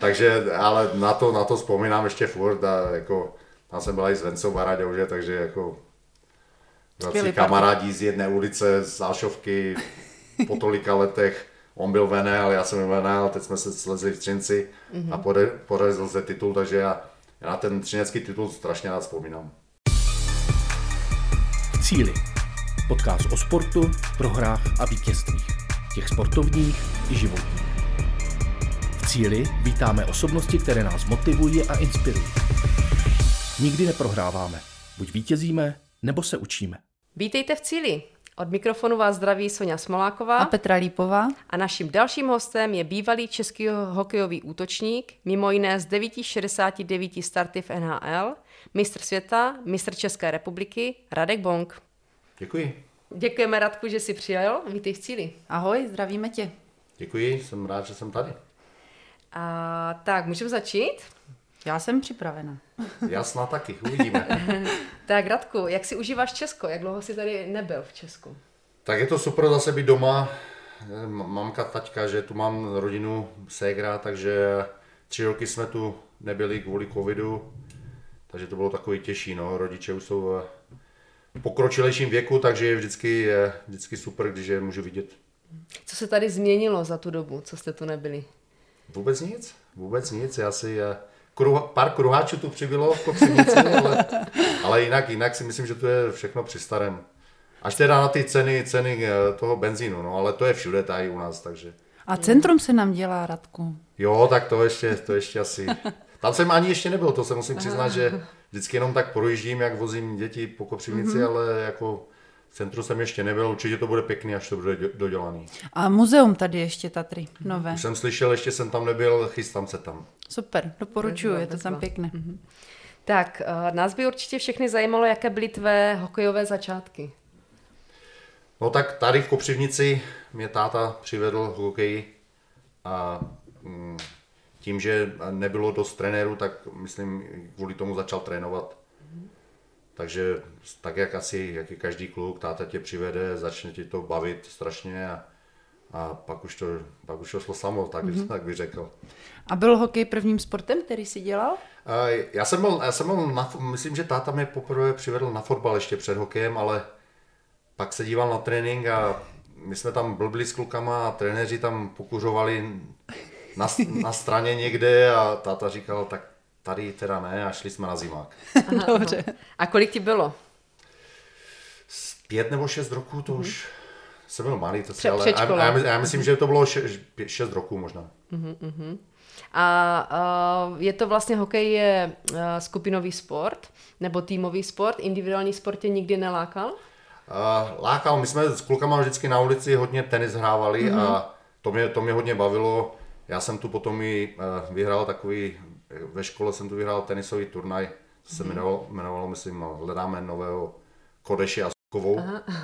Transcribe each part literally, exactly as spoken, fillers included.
takže, ale na to, na to vzpomínám ještě furt a jako, tam jsem byl i s Vencou Baraďou, že, takže jako velcí kamarádi z jedné ulice, z Alšovky, po tolika letech, on byl vené, ale já jsem vené, ale teď jsme se slezli v Třinci mm-hmm. a podařil se titul, takže já, já na ten třinecký titul strašně rád vzpomínám. V cíli. Podcast o sportu, prohrách a vítězstvích. Těch sportovních i životních. V cíli vítáme osobnosti, které nás motivují a inspirují. Nikdy neprohráváme. Buď vítězíme, nebo se učíme. Vítejte v cíli. Od mikrofonu vás zdraví Soňa Smoláková a Petra Lípová. A naším dalším hostem je bývalý český hokejový útočník, mimo jiné z devět set šedesát devět starty v N H L, mistr světa, mistr České republiky, Radek Bonk. Děkuji. Děkujeme, Radku, že jsi přijel. Vítej v cíli. Ahoj, zdravíme tě. Děkuji, jsem rád, že jsem tady. A tak, můžeme začít? Já jsem připravena. Já snad taky, uvidíme. Tak Radku, jak si užíváš Česko? Jak dlouho jsi tady nebyl v Česku? Tak je to super zase být doma. Mamka, taťka, že tu mám rodinu, ségra, takže tři roky jsme tu nebyli kvůli covidu, takže to bylo takový těžší. No. Rodiče už jsou v pokročilejším věku, takže je vždycky, je vždycky super, když je můžu vidět. Co se tady změnilo za tu dobu, co jste tu nebyli? Vůbec nic, vůbec nic. Já si, kruha, pár kruháčů tu přibylo v Kopřivnici, ale, ale jinak, jinak si myslím, že to je všechno při starém. Až teda na ty ceny, ceny toho benzínu, no, ale to je všude tady u nás, takže. A centrum se nám dělá, Radku. Jo, tak to ještě, to ještě asi. Tam jsem ani ještě nebyl, to se musím přiznat, že vždycky jenom tak projíždím, jak vozím děti po Kopřivnici, mm-hmm. ale jako v centru jsem ještě nebyl, určitě to bude pěkný, až to bude dodělaný. A muzeum tady ještě Tatry, nové. Už jsem slyšel, ještě jsem tam nebyl, chystám se tam. Super, doporučuji, je to tam pěkné. Mm-hmm. Tak, uh, nás by určitě všechny zajímalo, jaké byly tvé hokejové začátky. No tak tady v Kopřivnici mě táta přivedl k hokeji a mm, tím, že nebylo dost trenérů, tak myslím, kvůli tomu začal trénovat. Mm. Takže tak jak asi, jak je každý kluk, táta tě přivede, začne ti to bavit strašně a, a pak, už to, pak už to šlo samo, tak, mm-hmm. tak bych řekl. A byl hokej prvním sportem, který jsi dělal? Uh, já jsem byl, já jsem byl na, myslím, že táta mě poprvé přivedl na fotbal ještě před hokejem, ale pak se díval na trénink a my jsme tam blbli s klukama a trenéři tam pokuřovali na, na straně někde a táta říkal, tak tady teda ne a šli jsme na zimák. Aha, dobře. A kolik ti bylo? Pět nebo šest roků, to mm-hmm. už jsem byl malý. To Pře- ale, a, a já, já myslím, mm-hmm. že to bylo šest, šest roků možná. Mm-hmm. A, a je to vlastně hokej je skupinový sport nebo týmový sport? Individuální sport tě nikdy nelákal? Uh, lákal, my jsme s klukama vždycky na ulici hodně tenis hrávali mm-hmm. a to mě, to mě hodně bavilo. Já jsem tu potom i uh, vyhrál takový, ve škole jsem tu vyhrál tenisový turnaj, to se mm-hmm. jmenovalo, jmenovalo, myslím, no, hledáme nového Kodeši a Sukovou.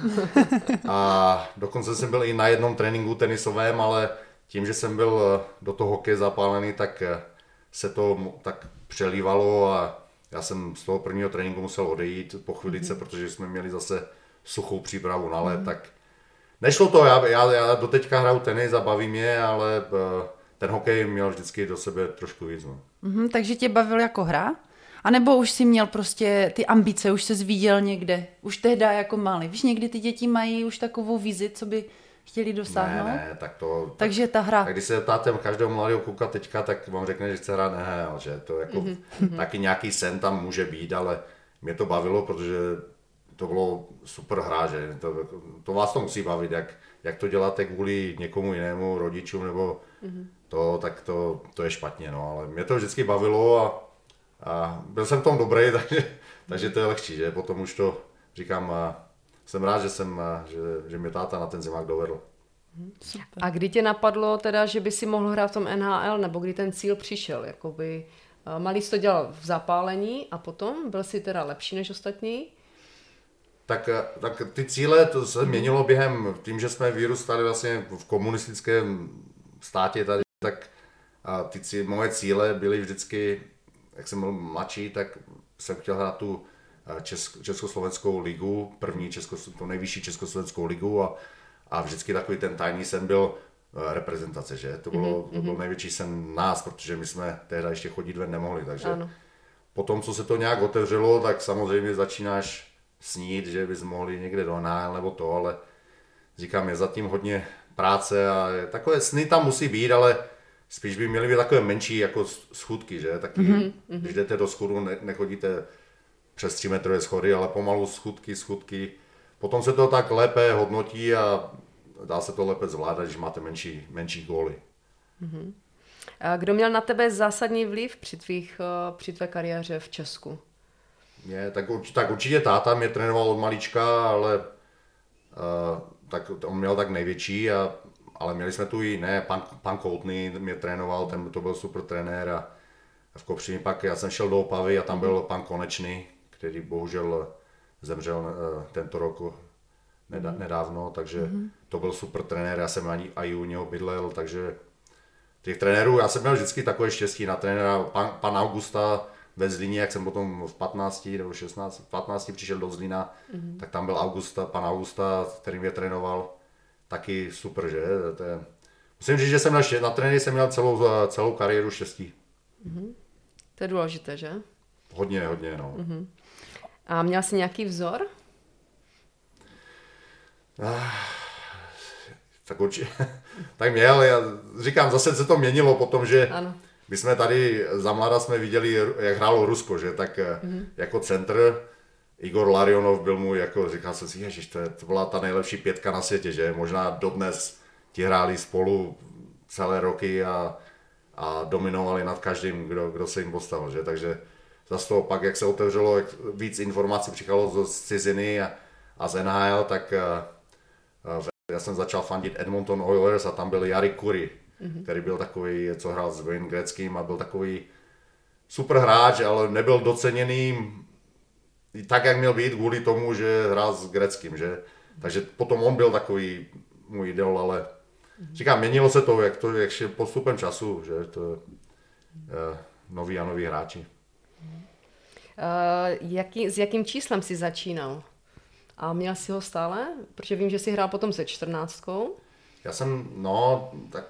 A dokonce jsem byl i na jednom tréninku tenisovém, ale tím, že jsem byl do toho hokeje zapálený, tak se to tak přelívalo a já jsem z toho prvního tréninku musel odejít po chvilice, mm-hmm. protože jsme měli zase suchou přípravu na let, mm. tak nešlo to, já, já, já doteďka hraju tenis a baví mě, ale ten hokej měl vždycky do sebe trošku víc. No. Mm, takže tě bavil jako hra? A nebo už jsi měl prostě ty ambice, už ses viděl někde, už tehdy jako malý. Víš, někdy ty děti mají už takovou vizi, co by chtěli dosáhnout? Ne, ne, tak to... Takže tak, ta hra. Tak když se ptáte každého mladého kluka teďka, tak vám řekne, že chce hrát N H L, že to jako mm-hmm. taky nějaký sen tam může být, ale mě to bavilo, protože to bylo super hra, že to, to vás to musí bavit, jak, jak to děláte kvůli někomu jinému, rodičům nebo mm-hmm. to, tak to, to je špatně, no, ale mě to vždycky bavilo a, a byl jsem v tom dobrý, takže, takže to je lehčí, že potom už to říkám, a jsem rád, že, jsem, a, že, že mě táta na ten zimák dovedl. Super. A kdy tě napadlo teda, že by si mohl hrát v tom N H L, nebo kdy ten cíl přišel, jakoby malý jsi to dělal v zapálení a potom byl jsi teda lepší než ostatní? Tak, tak ty cíle, to se měnilo během, tím, že jsme vyrůstali vlastně v komunistickém státě tady, tak a ty cí, moje cíle byly vždycky, jak jsem byl mladší, tak jsem chtěl hrát tu Česk, Československou ligu, první česko, tu nejvyšší Československou ligu a, a vždycky takový ten tajný sen byl reprezentace, že? To, bylo, mm-hmm. to byl největší sen nás, protože my jsme tehdy ještě chodit ven nemohli, takže ano. Potom, co se to nějak otevřelo, tak samozřejmě začínáš snít, že bys mohli někde do N H L nebo to, ale říkám, je zatím hodně práce a takové sny tam musí být, ale spíš by měly být takové menší jako schůdky, že? Taky, mm-hmm. když jdete do schodu, ne, nechodíte přes tři metrové schody, ale pomalu schůdky, schůdky. Potom se to tak lépe hodnotí a dá se to lépe zvládat, když máte menší, menší góly. Mm-hmm. A kdo měl na tebe zásadní vliv při, tvých, při tvé kariéře v Česku? Je, tak, tak určitě táta mě trénoval od malička, ale uh, tak on měl tak největší, a, ale měli jsme tu i, ne, pan, pan Koutný mě trénoval, ten to byl super trenér a, a v Kopříně pak já jsem šel do Opavy a tam byl pan Konečný, který bohužel zemřel uh, tento rok nedá, nedávno, takže mm-hmm. to byl super trenér, já jsem ani i u něho bydlel, takže těch trenérů, já jsem měl vždycky takové štěstí na trenéra, pan, pan Augusta ve Zlíně, jak jsem potom v patnácti nebo šestnácti, patnácti přišel do Zlína, mm-hmm. tak tam byl Augusta, pan Augusta, který mě trénoval, taky super, že? To je, musím říct, že jsem na, na trenéry jsem měl celou, celou kariéru štěstí. Mm-hmm. To je důležité, že? Hodně, hodně, no. Mm-hmm. A měl jsi nějaký vzor? Ah, tak určitě, tak měl, já říkám, zase se to měnilo potom, že ano. My jsme tady za mlada jsme viděli, jak hrálo Rusko, že tak mm-hmm. jako centr Igor Larionov byl můj, jako říkal jsem si, ježiš, to, je, to byla ta nejlepší pětka na světě, že možná dodnes ti hráli spolu celé roky a, a dominovali nad každým, kdo, kdo se jim postavil, že takže zase to pak, jak se otevřelo, jak víc informací přicházelo z ciziny a, a z N H L, tak a, a já jsem začal fandit Edmonton Oilers a tam byl Jari Kurri, mm-hmm. který byl takový, co hrál s Wayne Gretzkym a byl takový super hráč, ale nebyl doceněný tak, jak měl být kvůli tomu, že hrál s Gretzkym, že? Takže potom on byl takový můj idol, ale mm-hmm. říkám, měnilo se to, jak to, jak je postupem času, že to uh, noví a noví hráči. Uh, jaký, s jakým číslem jsi začínal? A měl jsi ho stále? Protože vím, že jsi hrál potom se čtrnáctkou. Já jsem, no, tak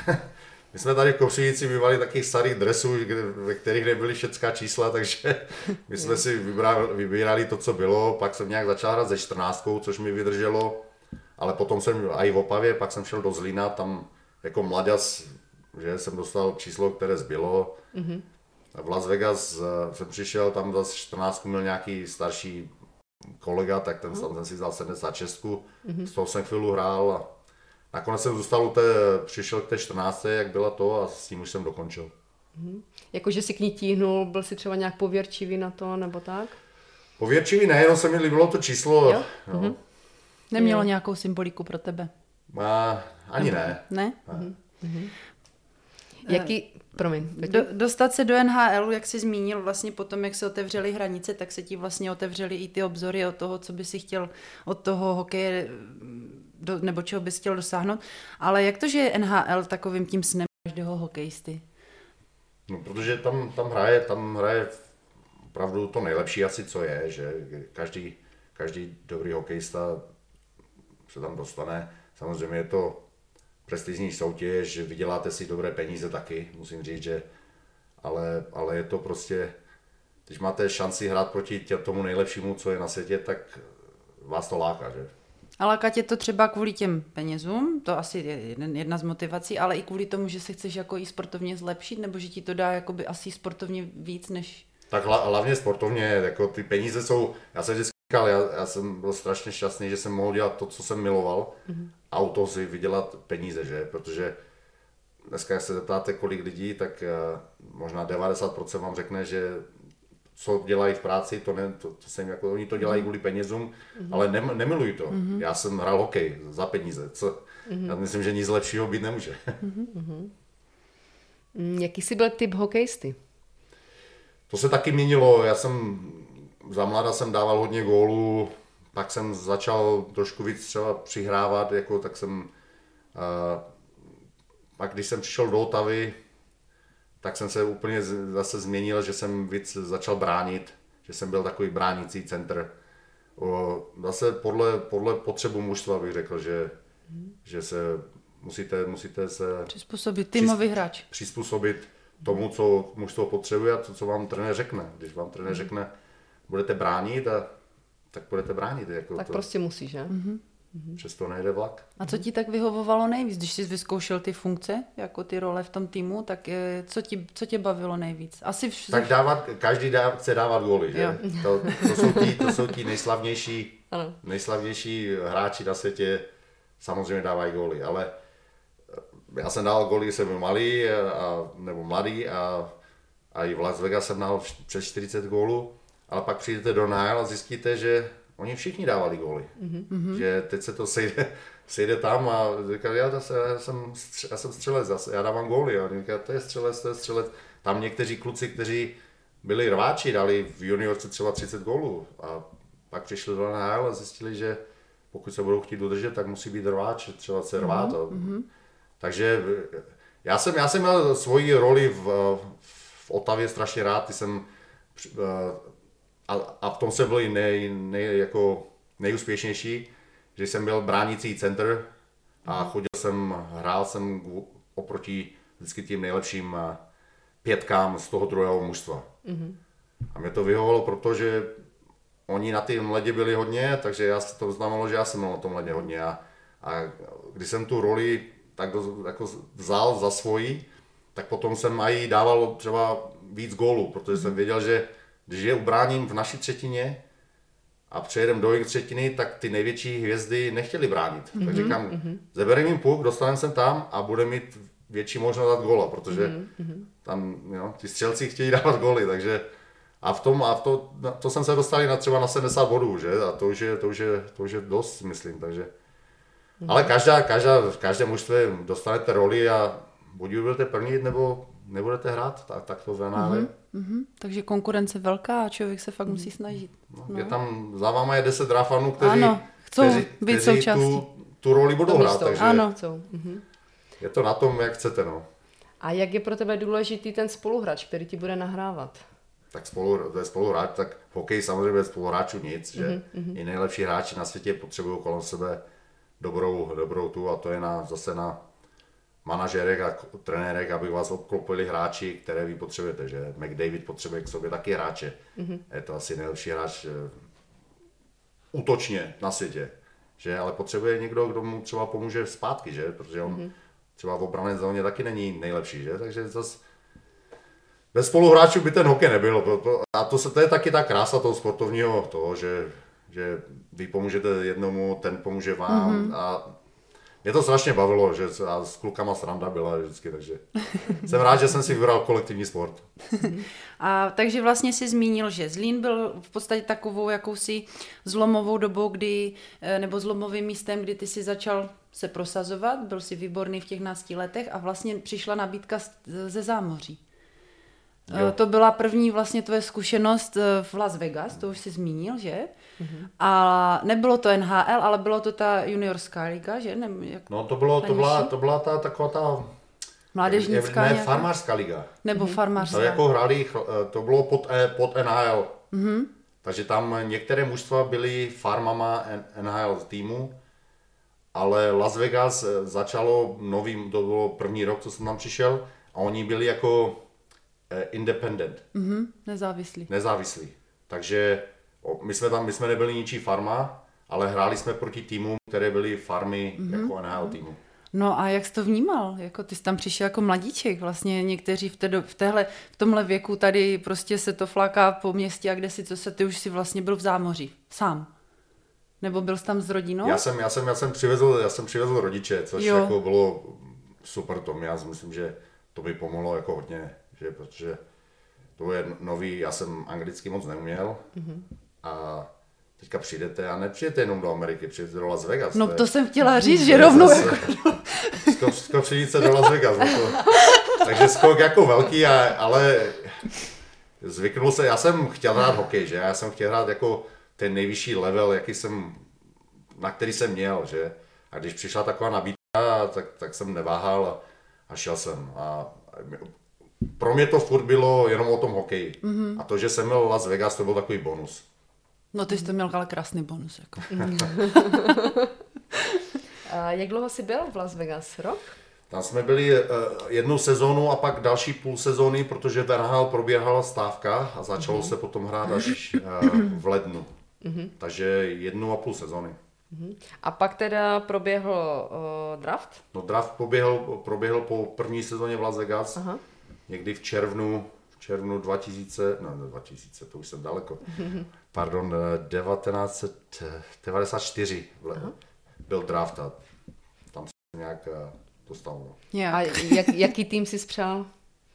my jsme tady v Kopřivnici bývali takových starých dresů, ve kterých nebyly všecká čísla, takže my jsme si vybírali, vybírali to, co bylo. Pak jsem nějak začal hrát se čtrnáctkou, což mi vydrželo. Ale potom jsem i v Opavě, pak jsem šel do Zlína, tam jako mladěz, že jsem dostal číslo, které zbylo. Mm-hmm. V Las Vegas jsem přišel, tam zase čtrnáctku měl nějaký starší kolega, tak ten tam jsem si vzal sedmdesát šest, mm-hmm. s tou jsem chvíli hrál a nakonec jsem zůstal u té, přišel k té čtrnáctce, jak byla to a s tím už jsem dokončil. Mm-hmm. Jakože si k ní tíhnul, byl si třeba nějak pověrčivý na to, nebo tak? Pověrčivý ne, jenom se mi líbilo to číslo. Jo? Jo. Mm-hmm. Nemělo mm. nějakou symboliku pro tebe? A, ani ne. Ne? ne. Mm-hmm. Jaký, promiň. Do, dostat se do N H L, jak jsi zmínil, vlastně potom, jak se otevřely hranice, tak se ti vlastně otevřely i ty obzory od toho, co by si chtěl od toho hokeje, do, nebo čeho bys chtěl dosáhnout. Ale jak to, že je N H L takovým tím snem každého hokejisty? No, protože tam, tam hraje, tam hraje opravdu to nejlepší asi, co je, že každý, každý dobrý hokejista se tam dostane. Samozřejmě je to prestižní soutěž, vyděláte si dobré peníze taky, musím říct, že ale, ale je to prostě, když máte šanci hrát proti tě, tomu nejlepšímu, co je na světě, tak vás to láká, že? A láká tě to třeba kvůli těm penězům, to asi je jedna z motivací, ale i kvůli tomu, že se chceš jako i sportovně zlepšit, nebo že ti to dá jakoby asi sportovně víc než... Tak hlavně sportovně, jako ty peníze jsou, já jsem vždycky říkal, já, já jsem byl strašně šťastný, že jsem mohl dělat to, co jsem miloval, mm-hmm. a u toho si vydělat peníze, že? Protože dneska, jak se zeptáte, kolik lidí, tak uh, možná devadesát procent vám řekne, že co dělají v práci, to, ne, to, to jsem jako, oni to dělají kvůli penězům, mm-hmm. ale ne, nemilují to. Mm-hmm. Já jsem hrál hokej za peníze, co? Mm-hmm. Já myslím, že nic lepšího být nemůže. Mm-hmm. Jaký jsi byl typ hokejisty? To se taky měnilo, já jsem za mlada jsem dával hodně gólů, pak jsem začal trošku víc třeba přihrávat, jako, tak jsem, uh, pak když jsem přišel do Otavy, tak jsem se úplně zase změnil, že jsem víc začal bránit, že jsem byl takový bránící centr. O, zase podle, podle potřebu mužstva bych řekl, že, mm. že se musíte, musíte se přizpůsobit, týmový hráč. Přizpůsobit tomu, co mužstvo potřebuje a to, co vám trenér řekne. Když vám trenér mm. řekne, budete bránit, a, tak budete bránit. Jako tak to, prostě musíš, že? Mm-hmm. Přesto nejde vlak. A co ti tak vyhovovalo nejvíc, když jsi vyzkoušel ty funkce, jako ty role v tom týmu, tak co, ti, co tě bavilo nejvíc? Asi vš- tak dávat, každý dá, chce dávat góly, že? To, to, jsou ti, to jsou ti nejslavnější, nejslavnější hráči na světě, samozřejmě dávají góly, ale já jsem dával góly, jsem byl malý, a, nebo mladý a, a i v Las Vegas jsem dal přes čtyřicet gólů, ale pak přijdete do N H L a zjistíte, že oni všichni dávali góly. Mm-hmm. Že teď se to sejde, sejde tam a říkali, já, zase, já, jsem, já jsem střelec, zase, já dávám góly. A oni říkali, to je střelec, to je střelec. Tam někteří kluci, kteří byli rváči, dali v juniorce třeba třicet gólů. A pak přišli do N H L a zjistili, že pokud se budou chtít udržet, tak musí být rváč, třeba se rvát. Mm-hmm. Takže já jsem, já jsem měl svoji roli v, v Otavě strašně rád, ty jsem A, a v tom jsem byl nej, nej, jako nejúspěšnější, že jsem byl bránící center a chodil jsem, hrál jsem oproti vždycky tím nejlepším pětkám z toho druhého mužstva. Mm-hmm. A mě to vyhovovalo, protože oni na tým ledě byli hodně, takže já, to znamenalo, že já jsem byl na tom ledě hodně. A, a když jsem tu roli tak do, jako vzal za svoji, tak potom jsem aj dával třeba víc gólů, protože mm-hmm. jsem věděl, že když je ubráním v naší třetině a přejedem do jejich třetiny, tak ty největší hvězdy nechtěli bránit. Mm-hmm. Tak říkám, mm-hmm. zeberem jim puk, dostaneme sem tam a bude mít větší možnost dát góla, protože mm-hmm. tam jo, ty střelci chtějí dávat góly, takže a v tom, a v to, to jsem se dostali na třeba na sedmdesát bodů, že? A to už je, to už je, to už je dost, myslím, takže. Mm-hmm. Ale každá, každá, v každém mužstve dostanete roli a buď budete plnit, nebo nebudete hrát, tak, tak to v N H L. Mm-hmm. Mm-hmm. Takže konkurence velká a člověk se fakt musí snažit. No, no. Je tam, za váma je deset dráfanů, kteří, ano, chcou kteří, být kteří tu, tu roli budou hrát, takže ano. Mm-hmm. je to na tom, jak chcete. No. A jak je pro tebe důležitý ten spoluhráč, který ti bude nahrávat? Tak spolu, to je spoluhráč, tak v hokeji samozřejmě bez spoluhráčů nic, že mm-hmm. i nejlepší hráči na světě potřebují kolem sebe dobrou, dobrou tu a to je na, zase na manažerek a trenérek, aby vás obklopili hráči, které vy potřebujete, že McDavid potřebuje k sobě taky hráče. Mm-hmm. Je to asi nejlepší hráč útočně na světě, že ale potřebuje někdo, kdo mu třeba pomůže zpátky, že, protože on mm-hmm. třeba v obranné zóně taky není nejlepší, že, takže zase bez spoluhráčů by ten hokej nebyl. A to, se, to je taky ta krása toho sportovního, toho, že, že vy pomůžete jednomu, ten pomůže vám mm-hmm. a mě to strašně bavilo, že a s klukama sranda byla vždycky, takže jsem rád, že jsem si vybral kolektivní sport. A takže vlastně si zmínil, že Zlín byl v podstatě takovou jakousi zlomovou dobou, kdy, nebo zlomovým místem, kdy ty si začal se prosazovat, byl si výborný v těch nácti letech a vlastně přišla nabídka ze zámoří. Jo. To byla první vlastně tvoje zkušenost v Las Vegas, to už jsi zmínil, že? Mm-hmm. A nebylo to N H L, ale bylo to ta juniorská liga, že? Ne, jak no to, bylo, to, byla, to byla ta taková ta mládežnická ne, nějaká? farmářská liga. Nebo mm-hmm. farmářská. To jako hráli, to bylo pod, pod N H L. Mm-hmm. Takže tam některé mužstva byly farmama N H L týmu, ale Las Vegas začalo novým, to bylo první rok, co jsem tam přišel, a oni byli jako independent. Mm-hmm. Nezávislí. Nezávislí. Takže my jsme tam, my jsme nebyli ničí farma, ale hráli jsme proti týmům, které byly farmy mm-hmm. jako N H L týmu. No a jak jsi to vnímal? Jako ty jsi tam přišel jako mladíček, vlastně někteří v, té, v, téhle, v tomhle věku tady prostě se to fláká po městě a kde si, co se, ty už si vlastně byl v zámoří, sám. Nebo byl jsi tam s rodinou? Já jsem, já jsem, já jsem přivezl, já jsem přivezl rodiče, což jo. jako bylo super to. Já si myslím, že to by pomohlo jako hodně, že, protože to je nový, já jsem anglicky moc neuměl mm-hmm. a teďka přijdete a nepřijete jenom do Ameriky, přijdete do Las Vegas. No to, to je, jsem chtěla říct, že rovnou jako... Skok, skok přijít se do Las Vegas. No to, takže skok jako velký, a, ale zvyknul se, já jsem chtěl hrát hokej, že? Já jsem chtěl hrát jako ten nejvyšší level, jaký jsem, na který jsem měl, že? A když přišla taková nabídka, tak, tak jsem neváhal a, a šel jsem. A pro mě to furt bylo jenom o tom hokeji. Mm-hmm. A to, že jsem měl Las Vegas, to byl takový bonus. No ty jsi to měl ale krásný bonus. Jako. A jak dlouho jsi byl v Las Vegas? Rok? Tam jsme byli uh, jednu sezónu a pak další půl sezóny, protože v N H L probíhala stávka a začalo mm-hmm. se potom hrát až uh, v lednu. Mm-hmm. Takže jednu a půl sezóny. Mm-hmm. A pak teda proběhl uh, draft? No draft proběhl, proběhl po první sezóně v Las Vegas, aha. někdy v červnu, v červnu dva tisíce, no dva tisíce, to už jsem daleko, mm-hmm. pardon, devatenáct set devadesát čtyři aha. byl draft a tam se nějak dostal. No. A jak, jaký tým jsi spřál?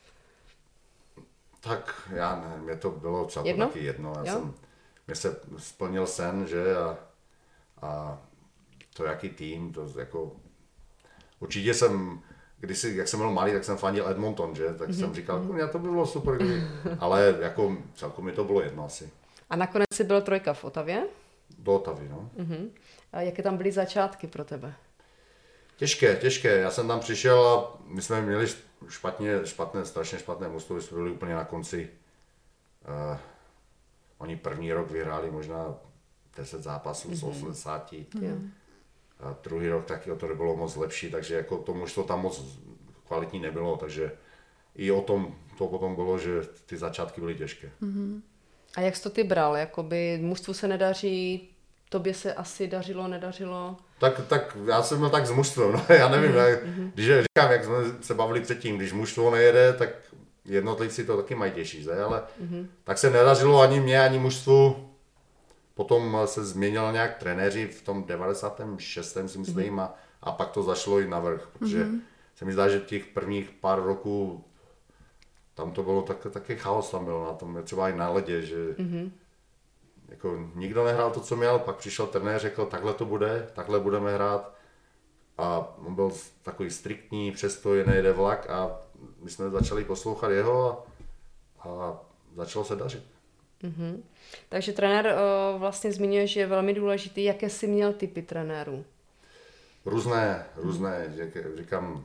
Tak já ne, mě to bylo třeba jedno? taky jedno, já jsem, mě se splnil sen, že a, a to jaký tým, to jako, určitě jsem, když si, jak jsem byl malý, tak jsem fandil Edmonton, že, tak mm-hmm. jsem říkal, já to by bylo super, kdy, ale jako celku mi to bylo jedno asi. A nakonec jsi byl trojka v Otavě? Do Otavy, no. Mm-hmm. A jaké tam byly začátky pro tebe? Těžké, těžké. Já jsem tam přišel a my jsme měli špatně, špatné, strašně špatné mužstvo, jsme byli úplně na konci. Uh, oni první rok vyhráli možná deset zápasů mm-hmm. z osmdesáti. Mm-hmm. A druhý rok taky to nebylo moc lepší, takže jako to mužstvo tam moc kvalitní nebylo, takže i o tom to potom bylo, že ty začátky byly těžké. Mm-hmm. A jak jsi to ty bral? Jakoby mužstvu se nedaří, tobě se asi dařilo, nedařilo? Tak, tak já jsem byl tak s mužstvem, no, já nevím, mm-hmm. jak, když říkám, jak jsme se bavili předtím, když mužstvo nejede, tak jednotlivci to taky mají těžší, že? Ale mm-hmm. tak se nedařilo ani mě, ani mužstvu. Potom se změnil nějak trenéři v tom devadesátém šestém si myslím mm-hmm. a, a pak to zašlo i navrch, protože mm-hmm. se mi zdá, že těch prvních pár roků tam to bylo tak, taky chaos tam bylo na tom, třeba i na ledě, že mm-hmm. jako nikdo nehrál to, co měl, pak přišel trenér, řekl, takhle to bude, takhle budeme hrát a on byl takový striktní, přesto je nejde vlak a my jsme začali poslouchat jeho a, a začalo se dařit. Mm-hmm. Takže trenér o, vlastně zmiňuje, že je velmi důležitý, jaké jsi měl typy trenérů? Různé, různé, mm-hmm. říkám,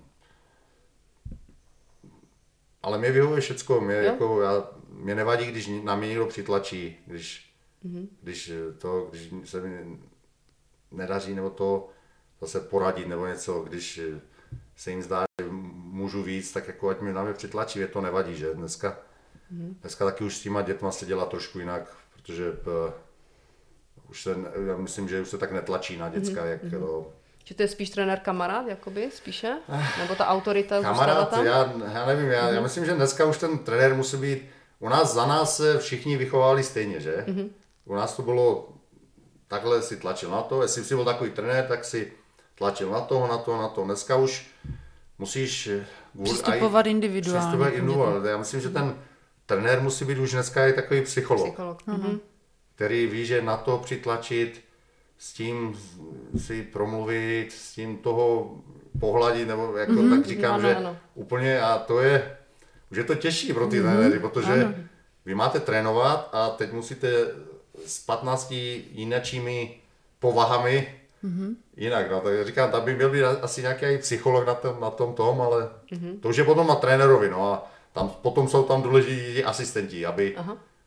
ale mě vyhovuje všecko, mě, jako, já, mě nevadí, když na mě někdo přitlačí, když, mm-hmm. když, to, když se mi nedaří, nebo to zase poradit, nebo něco, když se jim zdá, že můžu víc, tak jako ať mi na mě přitlačí, mě to nevadí, že dneska, mm-hmm. dneska taky už s těma dětma se dělá trošku jinak, protože uh, už se, já myslím, že už se tak netlačí na děcka, mm-hmm. jak to. Že to je spíš trenér kamarád, jakoby, spíše? Nebo ta autorita zůstává tam? Já, já nevím, já, mm-hmm. já myslím, že dneska už ten trenér musí být, u nás za nás se všichni vychovali stejně, že? Mm-hmm. U nás to bylo, takhle si tlačil na to, jestli jsi byl takový trenér, tak si tlačil na to, na to, na to. Dneska už musíš přistupovat individuálně. Přistupovat individuálně. Já myslím, že ten trenér musí být už dneska i takový psycholog, psycholog. Mm-hmm. který ví, že na to přitlačit, s tím si promluvit, s tím toho pohladit, nebo jako mm-hmm, tak říkám, ano, že ano. úplně a to je, už je to těžší pro ty mm-hmm, trenéry, protože ano. vy máte trénovat a teď musíte s patnácti jinačími povahami mm-hmm. jinak, no, tak říkám, tam by měl být asi nějaký psycholog na tom, na tom tom, ale mm-hmm. to už je potom na trenérovi, no a tam, potom jsou tam důležití asistenti, aby,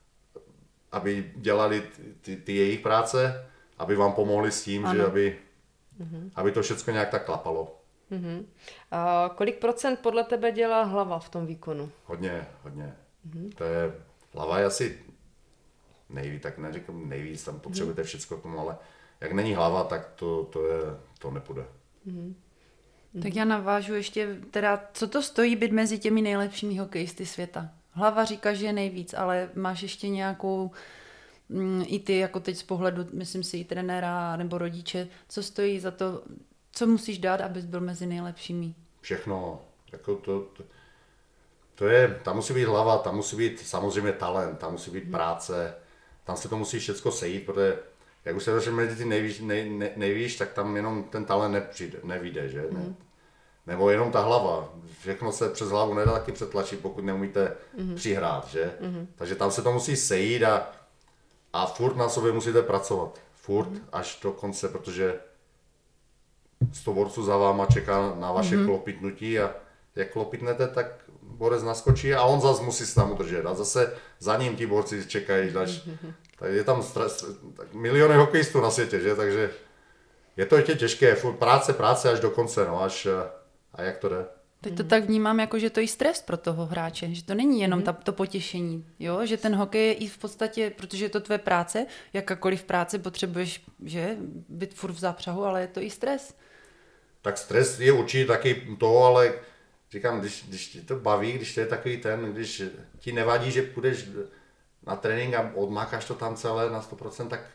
aby dělali ty, ty jejich práce, aby vám pomohli s tím, ano. že aby, mm-hmm. aby to všechno nějak tak klapalo. Mm-hmm. A kolik procent podle tebe dělá hlava v tom výkonu? Hodně, hodně. Mm-hmm. To je, hlava je asi nejvíc, tak neříkám nejvíc, tam potřebujete mm-hmm. všechno k tomu, ale jak není hlava, tak to, to, je, to nepůjde. Mm-hmm. Tak já navážu ještě, teda, co to stojí být mezi těmi nejlepšími hokejisty světa? Hlava říká, že je nejvíc, ale máš ještě nějakou i ty, jako teď z pohledu, myslím si, i trenéra nebo rodiče, co stojí za to, co musíš dát, abys byl mezi nejlepšími? Všechno. Jako to, to, to je, tam musí být hlava, tam musí být samozřejmě talent, tam musí být hmm. práce, tam se to musí všechno sejít, protože jak už se došli mezi ty nejvíš, nej, nej, nejvíš, tak tam jenom ten talent nepřijde, nevíde, že? Hmm. Ne? Nebo jenom ta hlava. Všechno se přes hlavu nedá taky přetlačit, pokud neumíte hmm. přihrát, že? Hmm. Takže tam se to musí sejít a A furt na sobě musíte pracovat. Furt mm. až do konce, protože sto borců za váma čeká na vaše mm. klopitnutí a jak klopitnete, tak borec naskočí a on zase musí se tam udržet. A zase za ním ti borci čekají. Až, tak je tam stres, tak miliony hokejistů na světě, že? Takže je to ještě těžké, práce, práce až do konce, no, až, a jak to jde. Teď to tak vnímám, jako, že to je stres pro toho hráče, že to není jenom ta, to potěšení, jo? Že ten hokej je i v podstatě, protože je to tvoje práce, jakákoliv práce potřebuješ, že, být furt v zápřahu, ale je to i stres. Tak stres je určitě taky to, ale říkám, když, když tě to baví, když to je takový ten, když ti nevadí, že půjdeš na trénink a odmákáš to tam celé na sto procent, tak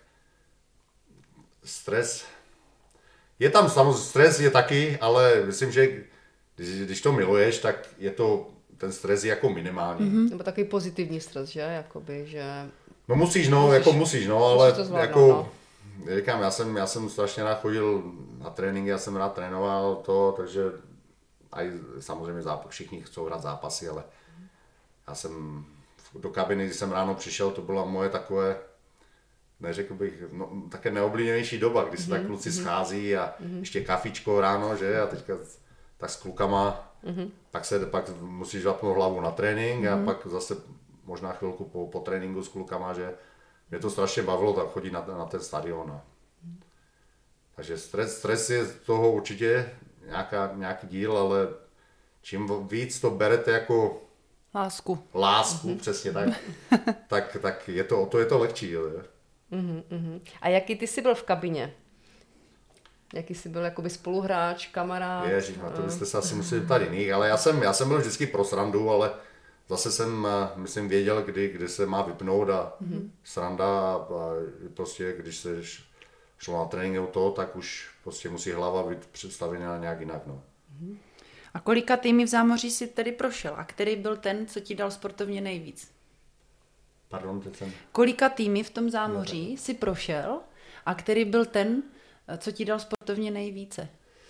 stres, je tam samozřejmě, stres je taky, ale myslím, že Když, když to miluješ, tak je to, ten stres je jako minimální. Mm-hmm. Nebo takový pozitivní stres, že? Jakoby, že... No musíš, no, musíš, jako musíš, no, ale zvládnout, jako, no. říkám, já jsem, já jsem strašně rád chodil na tréninky, já jsem rád trénoval to, takže aj samozřejmě záp- všichni chcou hrát zápasy, ale já jsem do kabiny, když jsem ráno přišel, to byla moje takové, neřekl bych, no, také neoblíbenější doba, kdy se mm-hmm. tak kluci schází a mm-hmm. ještě kafičko ráno, že, a teďka tak s klukama, mm-hmm. tak se pak musíš zapnout hlavu na trénink mm-hmm. a pak zase možná chvilku po, po tréninku s klukama, že mě to strašně bavilo tak chodit na, na ten stadion. Mm-hmm. Takže stres, stres je z toho určitě nějaká, nějaký díl, ale čím víc to berete jako lásku, lásku mm-hmm. přesně tak, tak, tak je to, o to je to lehčí. Je. Mm-hmm. A jaký ty jsi byl v kabině? Jaký jsi byl jakoby spoluhráč, kamarád? Ježiš, na to byste se asi museli ptát jiných, ale já jsem, já jsem byl vždycky pro srandu, ale zase jsem, myslím, věděl, kdy, kdy se má vypnout a mm-hmm. sranda a, a prostě, když se šlo na trénink to, tak už prostě musí hlava být představená nějak jinak, no. Mm-hmm. A kolika týmy v zámoří si tedy prošel a který byl ten, co ti dal sportovně nejvíc? Pardon, teď jsem... Kolika týmy v tom zámoří no, si prošel a který byl ten, co ti dal sportovně nejvíce?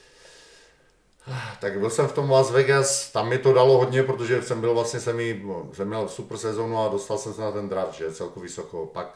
Tak byl jsem v tom Las Vegas, tam mi to dalo hodně, protože jsem byl vlastně, jsem, jí, jsem měl super sezonu a dostal jsem se na ten draft, že celku vysoko. Pak,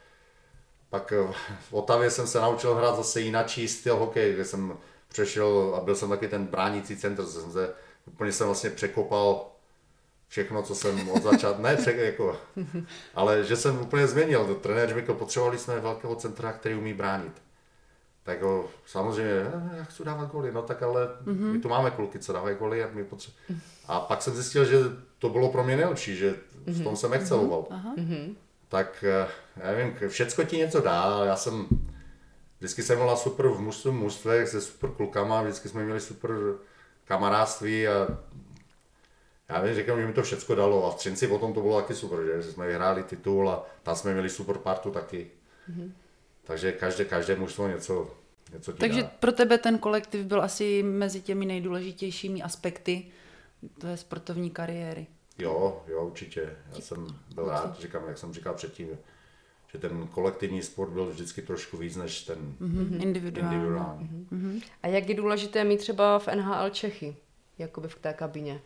pak v Otavě jsem se naučil hrát zase jináčí styl hokej, kde jsem přešel a byl jsem taky ten bránící centr, jsem se, úplně jsem vlastně překopal všechno, co jsem od začátku, ne přek, jako, ale že jsem úplně změnil. Trenér řekl, potřebovali jsme velkého centra, který umí bránit. Tak ho, samozřejmě, já chci dávat goly, no tak ale mm-hmm. my tu máme kluky, co dávají goly a my potřebujeme. A pak jsem zjistil, že to bylo pro mě nejlepší, že v tom jsem exceloval. Mm-hmm. Tak já nevím, všecko ti něco dá, já jsem, vždycky jsem byla super v mužstvu, mužstvech se super klukama, vždycky jsme měli super kamarádství a já vím, říkám, že mi to všecko dalo a v Třinci potom to bylo taky super, že jsme vyhráli titul a tam jsme měli super partu taky. Mm-hmm. Takže každé, každé mužstvo něco, něco ti Takže dá. Pro tebe ten kolektiv byl asi mezi těmi nejdůležitějšími aspekty tvé sportovní kariéry. Jo, jo, určitě. Já jsem byl rád, říkám, jak jsem říkal předtím, že ten kolektivní sport byl vždycky trošku víc než ten mm-hmm. individuální. individuální. Mm-hmm. A jak je důležité mít třeba v N H L Čechy, jakoby v té kabině?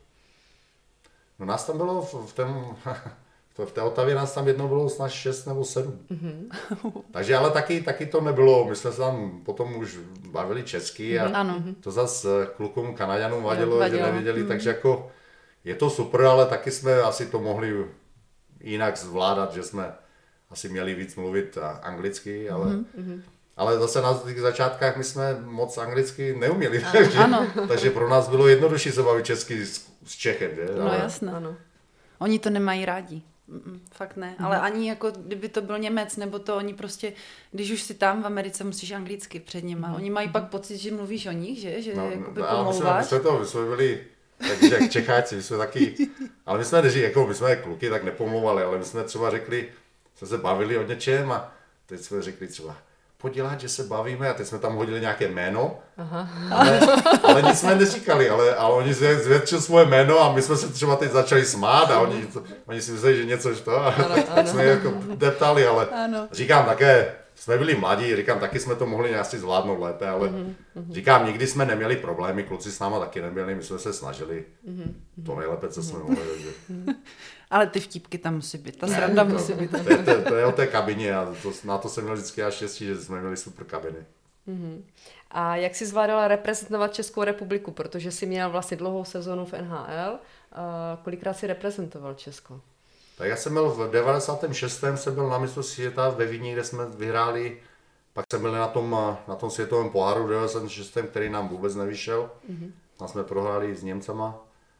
No nás tam bylo v, v, tém, v té Otavě nás tam jednou bylo snad šest nebo sedm. Mm-hmm. Takže ale taky, taky to nebylo, my jsme se tam potom už bavili česky a mm-hmm. to zase klukům Kanaďanům vadilo, vadilo. že nevěděli, mm-hmm. takže jako je to super, ale taky jsme asi to mohli jinak zvládat, že jsme asi měli víc mluvit anglicky, ale, mm-hmm. ale zase na těch začátkách my jsme moc anglicky neuměli, takže, takže pro nás bylo jednodušší se bavit česky s, s Čechem. Že? No ale... jasné. Ano. Oni to nemají rádi. Mm, fakt ne, mm. ale ani jako kdyby to byl Němec, nebo to oni prostě, když už si tam v Americe musíš anglicky před nima, mm. oni mají pak pocit, že mluvíš o nich, že, že no, jakoby no, pomlouváš. My jsme to, my jsme byli, takže jak Čecháci, my jsme taky, ale my jsme neří, jako my jsme kluky tak nepomlouvali, ale my jsme třeba řekli, jsme se bavili o něčem a teď jsme řekli třeba, podělat, že se bavíme a teď jsme tam hodili nějaké jméno, Aha. Ale, ale nic jsme neříkali, ale, ale oni zvětšili svoje jméno a my jsme se třeba teď začali smát a oni, to, oni si mysleli, že něco to a ano, tak ano. jsme jako deptali, ale ano. Říkám také, jsme byli mladí, říkám, taky jsme to mohli asi zvládnout lépe, ale mm-hmm. říkám, nikdy jsme neměli problémy, kluci s náma taky neměli, my jsme se snažili mm-hmm. to nejlépe, co jsme mohli. Takže... Ale ty vtipky tam musí být, ta sranda to, musí být. To, to, to, to je o té kabině a to, na to jsem měl vždycky až štěstí, že jsme měli super kabiny. Mm-hmm. A jak jsi zvládala reprezentovat Českou republiku, protože jsi měl vlastně dlouhou sezonu v N H L, a kolikrát jsi reprezentoval Česko? Tak já jsem byl v devadesátém šestém jsem byl na mistrovství světa ve Vídni, kde jsme vyhráli Pak jsme byli na tom, na tom světovém poháru v devadesát šestém, který nám vůbec nevyšel. Mm-hmm. Tam jsme prohráli s Němcama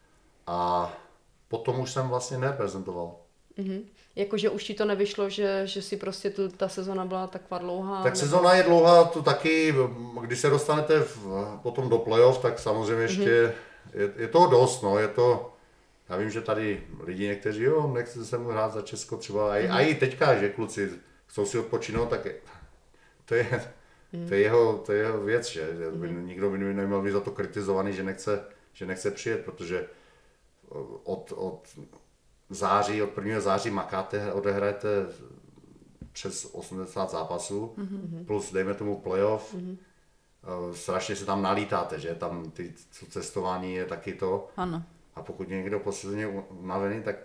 a potom už jsem vlastně nereprezentoval. Mm-hmm. Jakože už ti to nevyšlo, že, že si prostě tu, ta sezona byla taková dlouhá? Tak nebo... sezona je dlouhá, to taky, když se dostanete v, potom do playoff, tak samozřejmě ještě mm-hmm. je, je toho dost, no, je to, já vím, že tady lidi někteří, jo, nechci se mu hrát za Česko třeba, a, mm-hmm. a i teďka, že kluci chcou si odpočinout, tak je, to je, mm-hmm. to je, jeho, to je jeho věc, že mm-hmm. nikdo by neměl být za to kritizovaný, že nechce, že nechce přijet, protože od, od září, od prvního září makáte, odehrajete přes osmdesát zápasů, mm-hmm. plus dejme tomu playoff, mm-hmm. strašně se tam nalítáte, že tam ty cestování je taky to. Ano. A pokud je někdo po sezóně unavený, tak